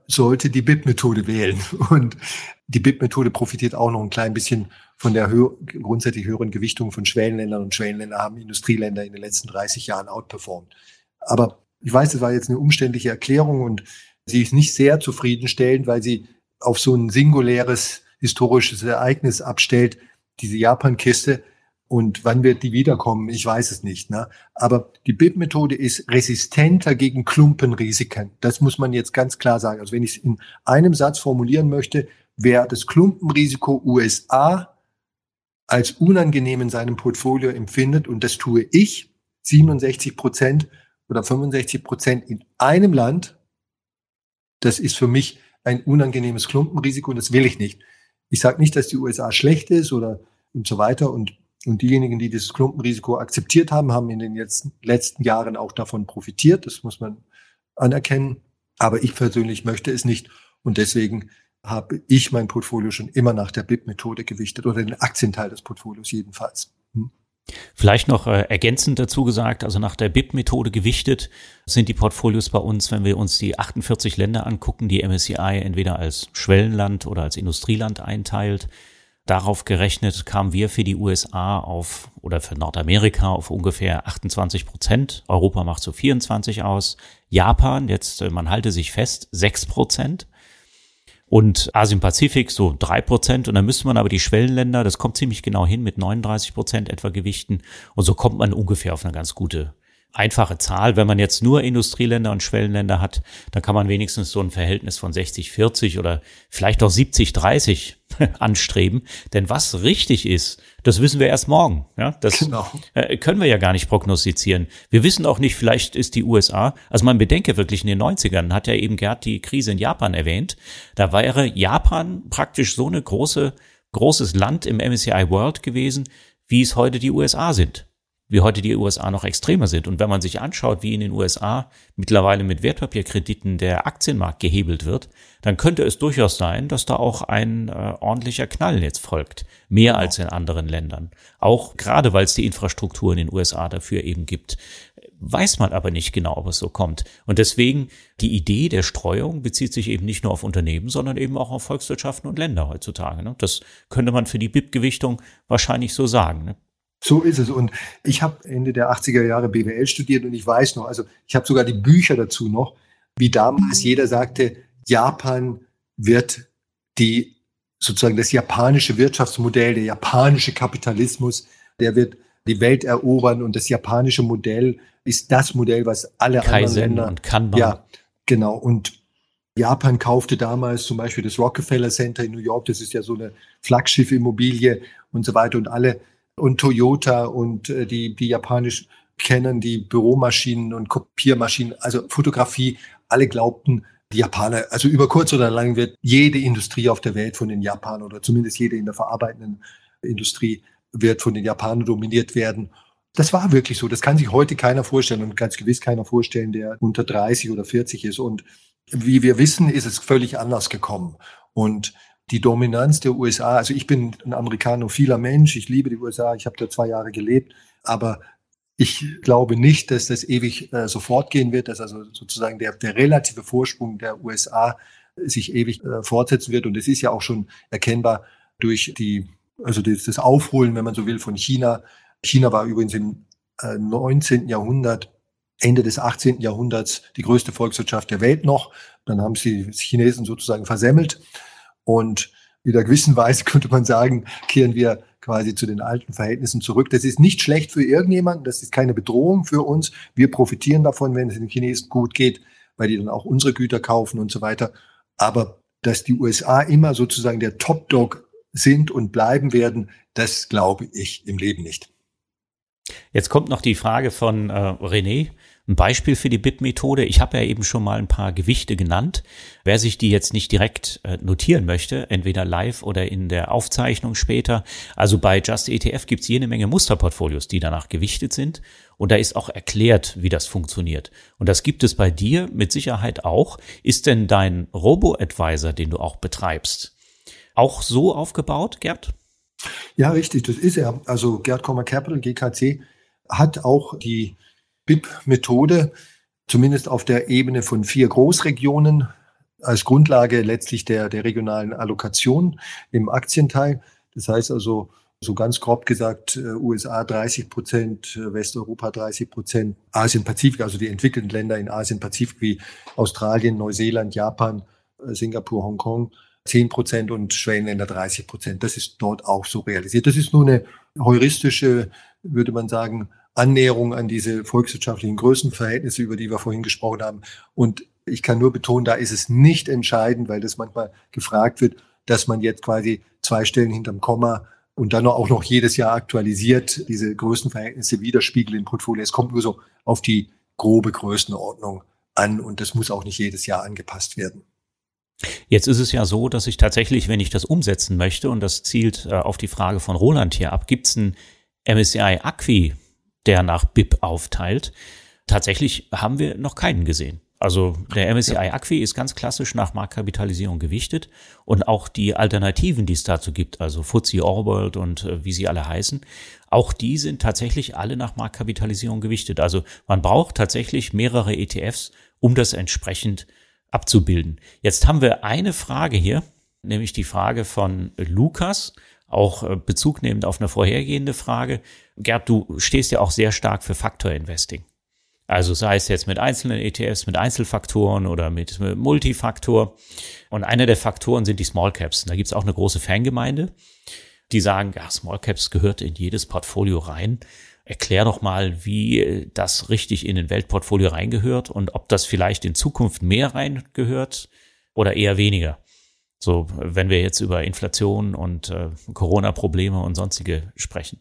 sollte die B I P-Methode wählen. Und die B I P-Methode profitiert auch noch ein klein bisschen von der hö- grundsätzlich höheren Gewichtung von Schwellenländern. Und Schwellenländer haben Industrieländer in den letzten dreißig Jahren outperformt. Aber ich weiß, es war jetzt eine umständliche Erklärung und sie ist nicht sehr zufriedenstellend, weil sie auf so ein singuläres historisches Ereignis abstellt, diese Japan-Kiste. Und wann wird die wiederkommen? Ich weiß es nicht. Ne? Aber die B I P-Methode ist resistenter gegen Klumpenrisiken. Das muss man jetzt ganz klar sagen. Also wenn ich es in einem Satz formulieren möchte, wer das Klumpenrisiko U S A als unangenehm in seinem Portfolio empfindet, und das tue ich, siebenundsechzig Prozent oder fünfundsechzig Prozent in einem Land, das ist für mich ein unangenehmes Klumpenrisiko und das will ich nicht. Ich sage nicht, dass die U S A schlecht ist oder und so weiter. Und, und diejenigen, die dieses Klumpenrisiko akzeptiert haben, haben in den letzten, letzten Jahren auch davon profitiert. Das muss man anerkennen. Aber ich persönlich möchte es nicht. Und deswegen habe ich mein Portfolio schon immer nach der B I P-Methode gewichtet oder den Aktienteil des Portfolios jedenfalls. Hm. Vielleicht noch äh, ergänzend dazu gesagt, also nach der B I P-Methode gewichtet sind die Portfolios bei uns, wenn wir uns die achtundvierzig Länder angucken, die M S C I entweder als Schwellenland oder als Industrieland einteilt. Darauf gerechnet kamen wir für die U S A auf oder für Nordamerika auf ungefähr achtundzwanzig Prozent. Europa macht so vierundzwanzig aus. Japan, jetzt man halte sich fest, sechs Prozent. Und Asien-Pazifik so drei Prozent. Und dann müsste man aber die Schwellenländer, das kommt ziemlich genau hin, mit neununddreißig Prozent etwa gewichten. Und so kommt man ungefähr auf eine ganz gute, einfache Zahl. Wenn man jetzt nur Industrieländer und Schwellenländer hat, dann kann man wenigstens so ein Verhältnis von sechzig vierzig oder vielleicht auch siebzig dreißig anstreben. Denn was richtig ist, das wissen wir erst morgen. Ja, das genau. äh, können wir ja gar nicht prognostizieren. Wir wissen auch nicht, vielleicht ist die U S A, also man bedenke wirklich in den neunzigern, hat ja eben Gerd die Krise in Japan erwähnt. Da wäre Japan praktisch so eine große, großes Land im M S C I World gewesen, wie es heute die U S A sind. Wie heute die U S A noch extremer sind. Und wenn man sich anschaut, wie in den U S A mittlerweile mit Wertpapierkrediten der Aktienmarkt gehebelt wird, dann könnte es durchaus sein, dass da auch ein äh, ordentlicher Knall jetzt folgt. Mehr genau. als in anderen Ländern. Auch gerade, weil es die Infrastruktur in den U S A dafür eben gibt. Weiß man aber nicht genau, ob es so kommt. Und deswegen, die Idee der Streuung bezieht sich eben nicht nur auf Unternehmen, sondern eben auch auf Volkswirtschaften und Länder heutzutage. Ne? Das könnte man für die B I P-Gewichtung wahrscheinlich so sagen. Ne? So ist es. Und ich habe Ende der achtziger Jahre B W L studiert und ich weiß noch, also ich habe sogar die Bücher dazu noch, wie damals jeder sagte, Japan wird die sozusagen das japanische Wirtschaftsmodell, der japanische Kapitalismus, der wird die Welt erobern und das japanische Modell ist das Modell, was alle Kaizen anderen Länder und Kanban. Ja, genau. Und Japan kaufte damals zum Beispiel das Rockefeller Center in New York, das ist ja so eine Flaggschiff-Immobilie und so weiter und alle und Toyota und äh, die die japanisch kennen, die Büromaschinen und Kopiermaschinen, also Fotografie, alle glaubten, die Japaner, also über kurz oder lang wird jede Industrie auf der Welt von den Japanern oder zumindest jede in der verarbeitenden Industrie wird von den Japanern dominiert werden. Das war wirklich so. Das kann sich heute keiner vorstellen und ganz gewiss keiner vorstellen, der unter dreißig oder vierzig ist. Und wie wir wissen, ist es völlig anders gekommen. Und die Dominanz der U S A, also ich bin ein amerikanophiler Mensch, ich liebe die U S A, ich habe da zwei Jahre gelebt, aber ich glaube nicht, dass das ewig äh, so fortgehen wird, dass also sozusagen der, der relative Vorsprung der U S A sich ewig äh, fortsetzen wird. Und es ist ja auch schon erkennbar durch die, also das, das Aufholen, wenn man so will, von China. China war übrigens im äh, neunzehnten Jahrhundert, Ende des achtzehnten Jahrhunderts die größte Volkswirtschaft der Welt noch. Dann haben sie die Chinesen sozusagen versemmelt. Und in einer gewissen Weise könnte man sagen, kehren wir quasi zu den alten Verhältnissen zurück. Das ist nicht schlecht für irgendjemanden, das ist keine Bedrohung für uns. Wir profitieren davon, wenn es den Chinesen gut geht, weil die dann auch unsere Güter kaufen und so weiter. Aber dass die U S A immer sozusagen der Top-Dog sind und bleiben werden, das glaube ich im Leben nicht. Jetzt kommt noch die Frage von äh, René. Ein Beispiel für die B I P-Methode. Ich habe ja eben schon mal ein paar Gewichte genannt. Wer sich die jetzt nicht direkt äh, notieren möchte, entweder live oder in der Aufzeichnung später, also bei Just E T F gibt es jede Menge Musterportfolios, die danach gewichtet sind. Und da ist auch erklärt, wie das funktioniert. Und das gibt es bei dir mit Sicherheit auch. Ist denn dein Robo-Advisor, den du auch betreibst, auch so aufgebaut, Gerd? Ja, richtig, das ist er. Also Gerd Kommer Capital, G K C, hat auch die B I P-Methode, zumindest auf der Ebene von vier Großregionen, als Grundlage letztlich der, der regionalen Allokation im Aktienteil. Das heißt also, so ganz grob gesagt, U S A dreißig Prozent, Westeuropa dreißig Prozent, Asien-Pazifik, also die entwickelten Länder in Asien-Pazifik wie Australien, Neuseeland, Japan, Singapur, Hongkong zehn Prozent und Schwellenländer dreißig Prozent. Das ist dort auch so realisiert. Das ist nur eine heuristische, würde man sagen, Annäherung an diese volkswirtschaftlichen Größenverhältnisse, über die wir vorhin gesprochen haben. Und ich kann nur betonen, da ist es nicht entscheidend, weil das manchmal gefragt wird, dass man jetzt quasi zwei Stellen hinterm Komma und dann auch noch jedes Jahr aktualisiert, diese Größenverhältnisse widerspiegeln im Portfolio. Es kommt nur so auf die grobe Größenordnung an und das muss auch nicht jedes Jahr angepasst werden. Jetzt ist es ja so, dass ich tatsächlich, wenn ich das umsetzen möchte, und das zielt äh, auf die Frage von Roland hier ab, gibt es einen M S C I Acqui, der nach B I P aufteilt? Tatsächlich haben wir noch keinen gesehen. Also der M S C I Acqui ist ganz klassisch nach Marktkapitalisierung gewichtet und auch die Alternativen, die es dazu gibt, also F T S E All-World und äh, wie sie alle heißen, auch die sind tatsächlich alle nach Marktkapitalisierung gewichtet. Also man braucht tatsächlich mehrere E T Fs, um das entsprechend abzubilden. Jetzt haben wir eine Frage hier, nämlich die Frage von Lukas, auch äh, Bezug nehmend auf eine vorhergehende Frage. Gerd, du stehst ja auch sehr stark für Factor Investing. Also sei es jetzt mit einzelnen E T Fs, mit Einzelfaktoren oder mit, mit Multifaktor. Und einer der Faktoren sind die Small Caps. Und da gibt es auch eine große Fangemeinde, die sagen, ja, Small Caps gehört in jedes Portfolio rein. Erklär doch mal, wie das richtig in ein Weltportfolio reingehört und ob das vielleicht in Zukunft mehr reingehört oder eher weniger. So, wenn wir jetzt über Inflation und äh, Corona-Probleme und sonstige sprechen.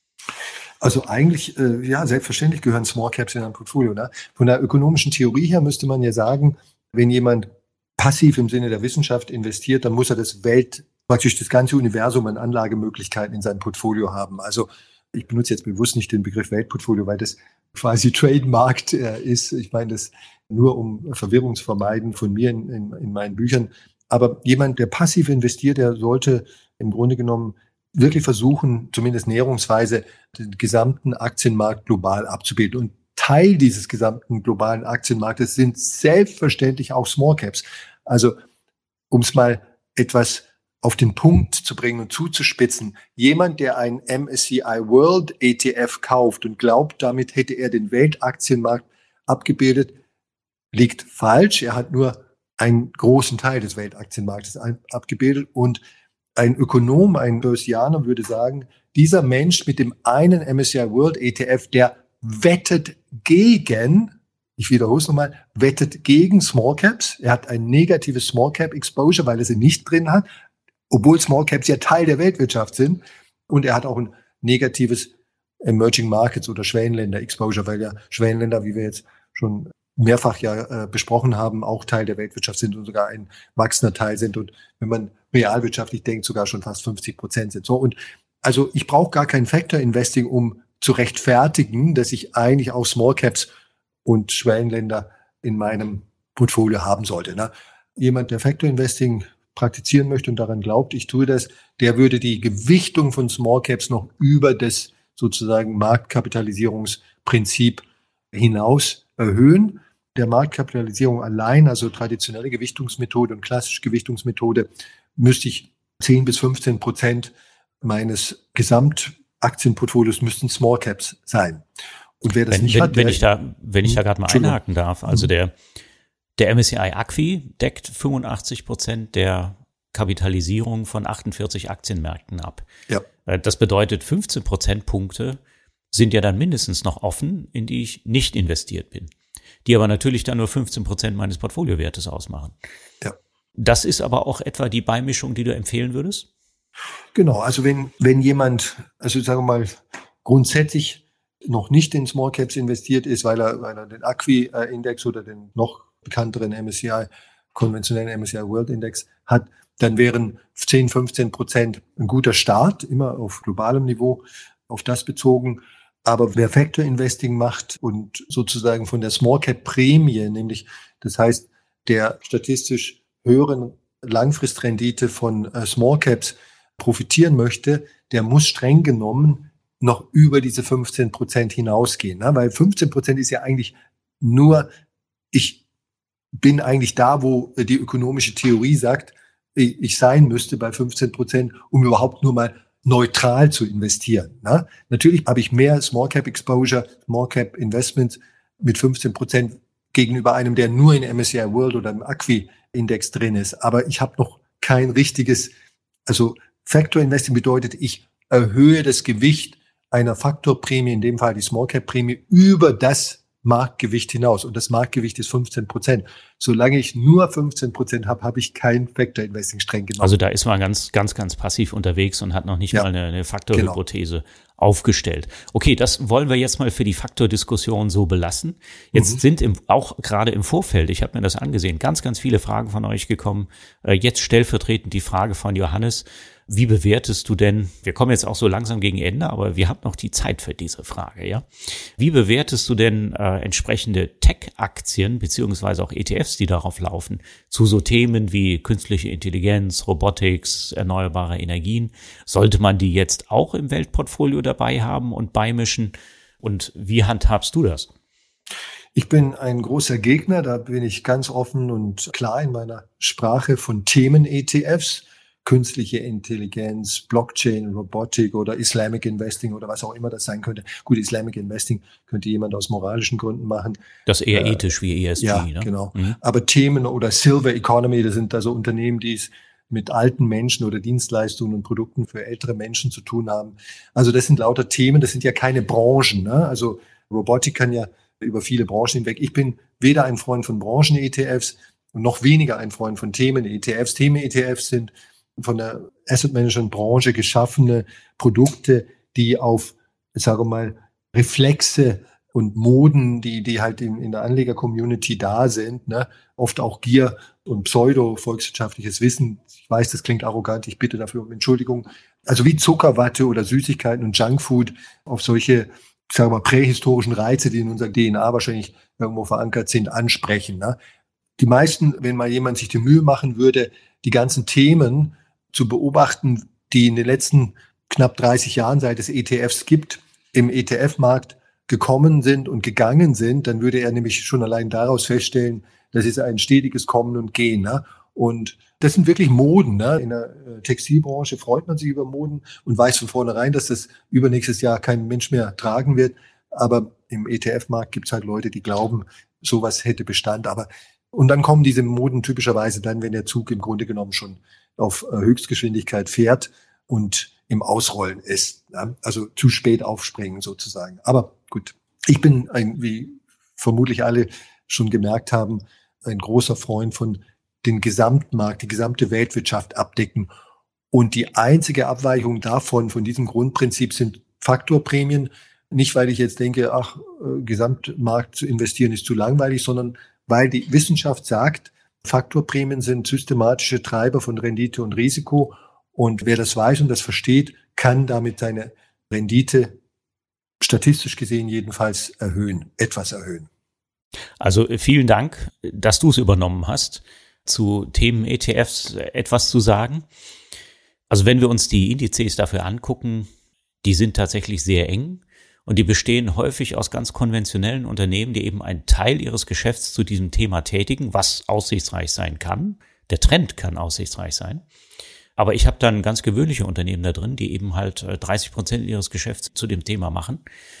Also eigentlich, äh, ja, selbstverständlich gehören Small Caps in ein Portfolio. Ne? Von der ökonomischen Theorie her müsste man ja sagen, wenn jemand passiv im Sinne der Wissenschaft investiert, dann muss er das Welt, praktisch das ganze Universum an Anlagemöglichkeiten in seinem Portfolio haben. Also ich benutze jetzt bewusst nicht den Begriff Weltportfolio, weil das quasi trademarked äh, ist. Ich meine das nur, um Verwirrung zu vermeiden von mir in, in, in meinen Büchern. Aber jemand, der passiv investiert, der sollte im Grunde genommen wirklich versuchen, zumindest näherungsweise, den gesamten Aktienmarkt global abzubilden. Und Teil dieses gesamten globalen Aktienmarktes sind selbstverständlich auch Small Caps. Also, um es mal etwas auf den Punkt zu bringen und zuzuspitzen, jemand, der einen M S C I World E T F kauft und glaubt, damit hätte er den Weltaktienmarkt abgebildet, liegt falsch. Er hat nur einen großen Teil des Weltaktienmarktes abgebildet und ein Ökonom, ein Börsianer würde sagen, dieser Mensch mit dem einen M S C I World E T F, der wettet gegen, ich wiederhole es nochmal, wettet gegen Small Caps. Er hat ein negatives Small Cap Exposure, weil er sie nicht drin hat, obwohl Small Caps ja Teil der Weltwirtschaft sind. Und er hat auch ein negatives Emerging Markets oder Schwellenländer Exposure, weil ja Schwellenländer, wie wir jetzt schon mehrfach ja äh, besprochen haben, auch Teil der Weltwirtschaft sind und sogar ein wachsender Teil sind und wenn man realwirtschaftlich denkt, sogar schon fast fünfzig Prozent sind. So, und also ich brauche gar kein Factor Investing, um zu rechtfertigen, dass ich eigentlich auch Small Caps und Schwellenländer in meinem Portfolio haben sollte. Ne? Jemand, der Factor Investing praktizieren möchte und daran glaubt, ich tue das, der würde die Gewichtung von Small Caps noch über das sozusagen Marktkapitalisierungsprinzip hinaus erhöhen. Der Marktkapitalisierung allein, also traditionelle Gewichtungsmethode und klassische Gewichtungsmethode, müsste ich zehn bis fünfzehn Prozent meines Gesamtaktienportfolios müssten Small Caps sein. Und wer das wenn, nicht wenn, hat, wenn ich da, wenn ich da gerade mal einhaken darf, also Mhm. der der M S C I Acqui deckt fünfundachtzig Prozent der Kapitalisierung von achtundvierzig Aktienmärkten ab. Ja. Das bedeutet, fünfzehn Prozentpunkte sind ja dann mindestens noch offen, in die ich nicht investiert bin, die aber natürlich dann nur fünfzehn Prozent meines Portfoliowertes ausmachen. Ja. Das ist aber auch etwa die Beimischung, die du empfehlen würdest? Genau, also wenn, wenn jemand, also sagen wir mal, grundsätzlich noch nicht in Small Caps investiert ist, weil er, weil er den Acqui-Index oder den noch bekannteren M S C I, konventionellen M S C I World Index hat, dann wären zehn, fünfzehn Prozent ein guter Start, immer auf globalem Niveau, auf das bezogen. Aber wer Factor Investing macht und sozusagen von der Small Cap Prämie, nämlich das heißt der statistisch höheren Langfristrendite von äh, Small Caps profitieren möchte, der muss streng genommen noch über diese fünfzehn Prozent hinausgehen. Ne? Weil fünfzehn Prozent ist ja eigentlich nur, ich bin eigentlich da, wo die ökonomische Theorie sagt, ich sein müsste bei fünfzehn Prozent, um überhaupt nur mal neutral zu investieren. Ne? Natürlich habe ich mehr Small Cap Exposure, Small Cap Investments mit fünfzehn Prozent gegenüber einem, der nur in M S C I World oder im Acqui-Index drin ist. Aber ich habe noch kein richtiges, also Factor Investing bedeutet, ich erhöhe das Gewicht einer Faktorprämie, in dem Fall die Small Cap Prämie, über das Marktgewicht hinaus. Und das Marktgewicht ist fünfzehn Prozent. Solange ich nur fünfzehn Prozent habe, habe ich kein Factor Investing streng genommen. Also da ist man ganz, ganz, ganz passiv unterwegs und hat noch nicht ja, mal eine, eine Faktorhypothese genau. aufgestellt. Okay, das wollen wir jetzt mal für die Faktordiskussion so belassen. Jetzt mhm. sind im, auch gerade im Vorfeld, ich habe mir das angesehen, ganz, ganz viele Fragen von euch gekommen. Jetzt stellvertretend die Frage von Johannes. Wie bewertest du denn, wir kommen jetzt auch so langsam gegen Ende, aber wir haben noch die Zeit für diese Frage, ja? Wie bewertest du denn äh, entsprechende Tech-Aktien beziehungsweise auch E T Fs, die darauf laufen, zu so Themen wie künstliche Intelligenz, Robotics, erneuerbare Energien? Sollte man die jetzt auch im Weltportfolio dabei haben und beimischen? Und wie handhabst du das? Ich bin ein großer Gegner, da bin ich ganz offen und klar in meiner Sprache von Themen-E T Fs. Künstliche Intelligenz, Blockchain, Robotik oder Islamic Investing oder was auch immer das sein könnte. Gut, Islamic Investing könnte jemand aus moralischen Gründen machen. Das ist eher äh, ethisch wie E S G, ja, ne? Genau. Mhm. Aber Themen oder Silver Economy, das sind also Unternehmen, die es mit alten Menschen oder Dienstleistungen und Produkten für ältere Menschen zu tun haben. Also das sind lauter Themen, das sind ja keine Branchen, ne? Also Robotik kann ja über viele Branchen hinweg. Ich bin weder ein Freund von Branchen-E T Fs und noch weniger ein Freund von Themen-E T Fs. Themen-E T Fs sind von der Asset-Management-Branche geschaffene Produkte, die auf, ich sage mal, Reflexe und Moden, die die halt in, in der Anleger-Community da sind, ne, oft auch Gier und pseudo-volkswirtschaftliches Wissen. Ich weiß, das klingt arrogant, ich bitte dafür um Entschuldigung. Also wie Zuckerwatte oder Süßigkeiten und Junkfood auf solche, ich sage mal, prähistorischen Reize, die in unserer D N A wahrscheinlich irgendwo verankert sind, ansprechen. Ne. Die meisten, wenn mal jemand sich die Mühe machen würde, die ganzen Themen zu beobachten, die in den letzten knapp dreißig Jahren, seit es E T Fs gibt, im E T F-Markt gekommen sind und gegangen sind, dann würde er nämlich schon allein daraus feststellen, das ist ein stetiges Kommen und Gehen. Ne? Und das sind wirklich Moden. Ne? In der Textilbranche freut man sich über Moden und weiß von vornherein, dass das übernächstes Jahr kein Mensch mehr tragen wird. Aber im E T F-Markt gibt es halt Leute, die glauben, sowas hätte Bestand. Aber und dann kommen diese Moden typischerweise dann, wenn der Zug im Grunde genommen schon auf Höchstgeschwindigkeit fährt und im Ausrollen ist. Ja? Also zu spät aufspringen sozusagen. Aber gut, ich bin ein, wie vermutlich alle schon gemerkt haben, ein großer Freund von den Gesamtmarkt, die gesamte Weltwirtschaft abdecken. Und die einzige Abweichung davon, von diesem Grundprinzip, sind Faktorprämien. Nicht, weil ich jetzt denke, ach, Gesamtmarkt zu investieren ist zu langweilig, sondern weil die Wissenschaft sagt, Faktorprämien sind systematische Treiber von Rendite und Risiko. Und wer das weiß und das versteht, kann damit seine Rendite statistisch gesehen jedenfalls erhöhen, etwas erhöhen. Also vielen Dank, dass du es übernommen hast, zu Themen E T Fs etwas zu sagen. Also wenn wir uns die Indizes dafür angucken, die sind tatsächlich sehr eng. Und die bestehen häufig aus ganz konventionellen Unternehmen, die eben einen Teil ihres Geschäfts zu diesem Thema tätigen, was aussichtsreich sein kann. Der Trend kann aussichtsreich sein. Aber ich habe dann ganz gewöhnliche Unternehmen da drin, die eben halt dreißig Prozent ihres Geschäfts zu dem Thema machen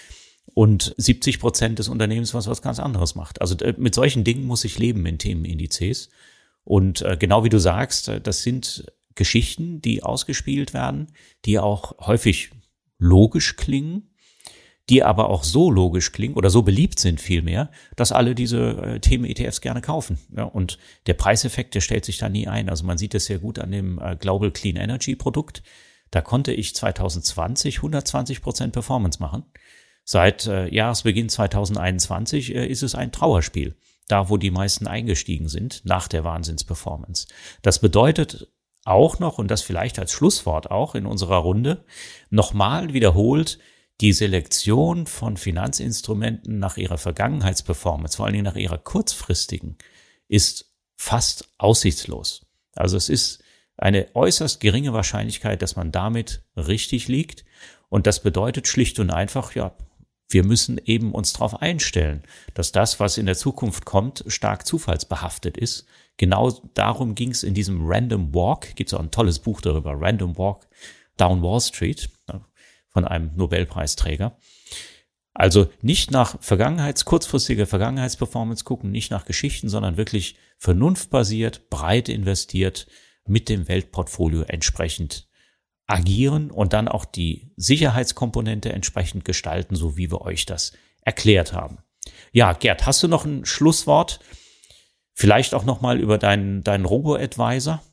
und siebzig Prozent des Unternehmens, was was ganz anderes macht. Also mit solchen Dingen muss ich leben in Themenindizes. Und genau wie du sagst, das sind Geschichten, die ausgespielt werden, die auch häufig logisch klingen, die aber auch so logisch klingen oder so beliebt sind vielmehr, dass alle diese äh, Themen-E T Fs gerne kaufen. Ja, und der Preiseffekt, der stellt sich da nie ein. Also man sieht es sehr gut an dem äh, Global Clean Energy Produkt. Da konnte ich zwanzig zwanzig hundertzwanzig Prozent Performance machen. Seit äh, Jahresbeginn zwanzig einundzwanzig äh, ist es ein Trauerspiel. Da, wo die meisten eingestiegen sind, nach der Wahnsinnsperformance. Das bedeutet auch noch, und das vielleicht als Schlusswort auch in unserer Runde, nochmal wiederholt, die Selektion von Finanzinstrumenten nach ihrer Vergangenheitsperformance, vor allen Dingen nach ihrer kurzfristigen, ist fast aussichtslos. Also es ist eine äußerst geringe Wahrscheinlichkeit, dass man damit richtig liegt. Und das bedeutet schlicht und einfach, ja, Wir müssen eben uns darauf einstellen, dass das, was in der Zukunft kommt, stark zufallsbehaftet ist. Genau darum ging es in diesem Random Walk, gibt es auch ein tolles Buch darüber, Random Walk Down Wall Street von einem Nobelpreisträger. Also nicht nach Vergangenheits-, kurzfristiger Vergangenheitsperformance gucken, nicht nach Geschichten, sondern wirklich vernunftbasiert, breit investiert, mit dem Weltportfolio entsprechend agieren und dann auch die Sicherheitskomponente entsprechend gestalten, so wie wir euch das erklärt haben. Ja, Gerd, hast du noch ein Schlusswort? Vielleicht auch nochmal über deinen, deinen Robo-Advisor?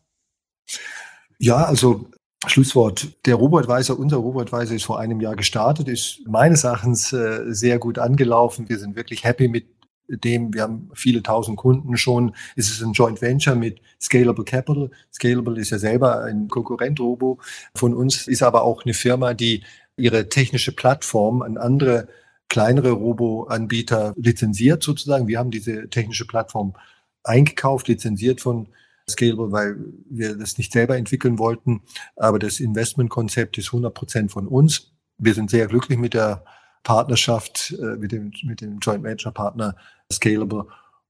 Ja, also Schlusswort. Der Robo-Advisor, unser Robo-Advisor ist vor einem Jahr gestartet, ist meines Erachtens äh, sehr gut angelaufen. Wir sind wirklich happy mit dem. Wir haben viele tausend Kunden schon. Es ist ein Joint Venture mit Scalable Capital. Scalable ist ja selber ein Konkurrent Robo von uns, ist aber auch eine Firma, die ihre technische Plattform an andere kleinere Robo-Anbieter lizenziert sozusagen. Wir haben diese technische Plattform eingekauft, lizenziert von Scalable, weil wir das nicht selber entwickeln wollten. Aber das Investmentkonzept ist hundert Prozent von uns. Wir sind sehr glücklich mit der Partnerschaft, äh, mit dem, mit dem Joint Venture Partner Scalable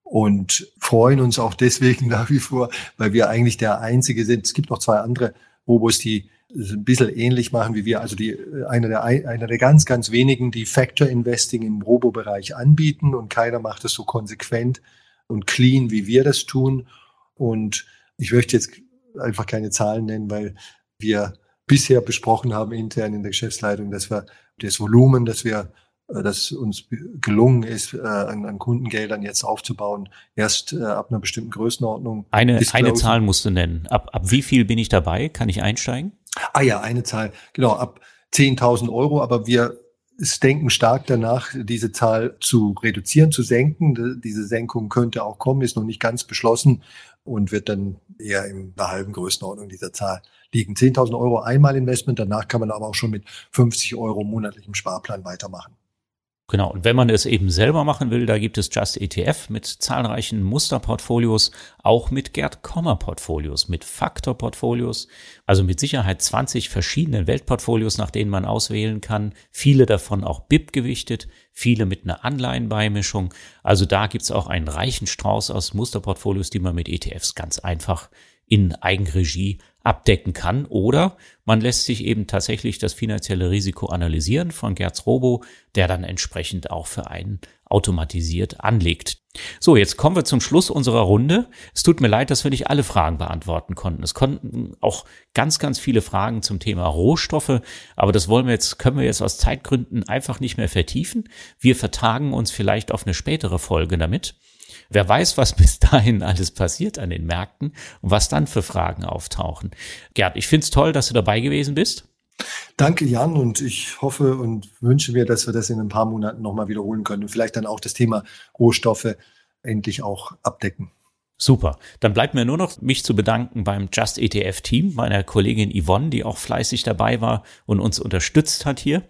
und freuen uns auch deswegen nach wie vor, weil wir eigentlich der Einzige sind. Es gibt noch zwei andere Robos, die ein bisschen ähnlich machen wie wir. Also die, einer der, einer der ganz, ganz wenigen, die Factor Investing im Robo-Bereich anbieten und keiner macht das so konsequent und clean, wie wir das tun. Und ich möchte jetzt einfach keine Zahlen nennen, weil wir bisher besprochen haben intern in der Geschäftsleitung, dass wir das Volumen, das wir, das uns gelungen ist, an, an Kundengeldern jetzt aufzubauen, erst äh, ab einer bestimmten Größenordnung. Eine, eine Zahl musst du nennen. Ab, ab wie viel bin ich dabei? Kann ich einsteigen? Ah ja, eine Zahl. Genau, ab zehntausend Euro. Aber wir denken stark danach, diese Zahl zu reduzieren, zu senken. Diese Senkung könnte auch kommen, ist noch nicht ganz beschlossen und wird dann eher in einer halben Größenordnung dieser Zahl liegen. zehntausend Euro Einmalinvestment, danach kann man aber auch schon mit fünfzig Euro monatlichem Sparplan weitermachen. Genau, und wenn man es eben selber machen will, da gibt es Just E T F mit zahlreichen Musterportfolios, auch mit Gerd Kommer Portfolios, mit Faktor-Portfolios, also mit Sicherheit zwanzig verschiedenen Weltportfolios, nach denen man auswählen kann, viele davon auch B I P gewichtet, viele mit einer Anleihenbeimischung. Also da gibt's auch einen reichen Strauß aus Musterportfolios, die man mit E T Fs ganz einfach in Eigenregie abdecken kann. Oder man lässt sich eben tatsächlich das finanzielle Risiko analysieren von Gerds Robo, der dann entsprechend auch für einen automatisiert anlegt. So, jetzt kommen wir zum Schluss unserer Runde. Es tut mir leid, dass wir nicht alle Fragen beantworten konnten. Es konnten auch ganz, ganz viele Fragen zum Thema Rohstoffe, aber das wollen wir jetzt, können wir jetzt aus Zeitgründen einfach nicht mehr vertiefen. Wir vertagen uns vielleicht auf eine spätere Folge damit. Wer weiß, was bis dahin alles passiert an den Märkten und was dann für Fragen auftauchen. Gerd, ich finde es toll, dass du dabei gewesen bist. Danke, Jan, und ich hoffe und wünsche mir, dass wir das in ein paar Monaten nochmal wiederholen können und vielleicht dann auch das Thema Rohstoffe endlich auch abdecken. Super. Dann bleibt mir nur noch, mich zu bedanken beim Just E T F-Team, meiner Kollegin Yvonne, die auch fleißig dabei war und uns unterstützt hat hier,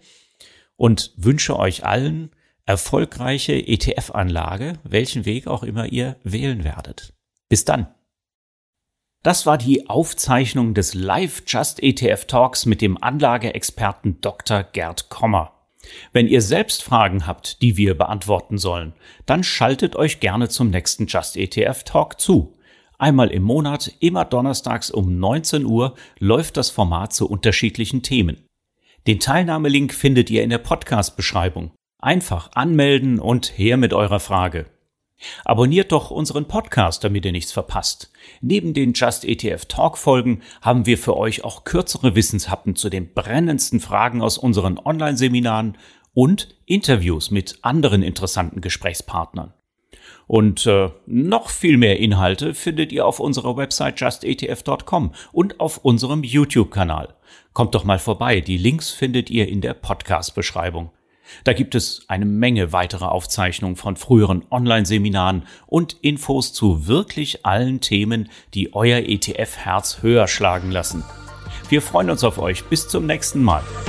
und wünsche euch allen erfolgreiche E T F-Anlage, welchen Weg auch immer ihr wählen werdet. Bis dann. Das war die Aufzeichnung des Live Just E T F Talks mit dem Anlageexperten Doktor Gerd Kommer. Wenn ihr selbst Fragen habt, die wir beantworten sollen, dann schaltet euch gerne zum nächsten Just E T F Talk zu. Einmal im Monat, immer donnerstags um neunzehn Uhr, läuft das Format zu unterschiedlichen Themen. Den Teilnahmelink findet ihr in der Podcast-Beschreibung. Einfach anmelden und her mit eurer Frage. Abonniert doch unseren Podcast, damit ihr nichts verpasst. Neben den Just E T F Talk Folgen haben wir für euch auch kürzere Wissenshappen zu den brennendsten Fragen aus unseren Online-Seminaren und Interviews mit anderen interessanten Gesprächspartnern. Und äh, noch viel mehr Inhalte findet ihr auf unserer Website just e t f dot com und auf unserem YouTube-Kanal. Kommt doch mal vorbei, die Links findet ihr in der Podcast-Beschreibung. Da gibt es eine Menge weiterer Aufzeichnungen von früheren Online-Seminaren und Infos zu wirklich allen Themen, die euer E T F-Herz höher schlagen lassen. Wir freuen uns auf euch. Bis zum nächsten Mal.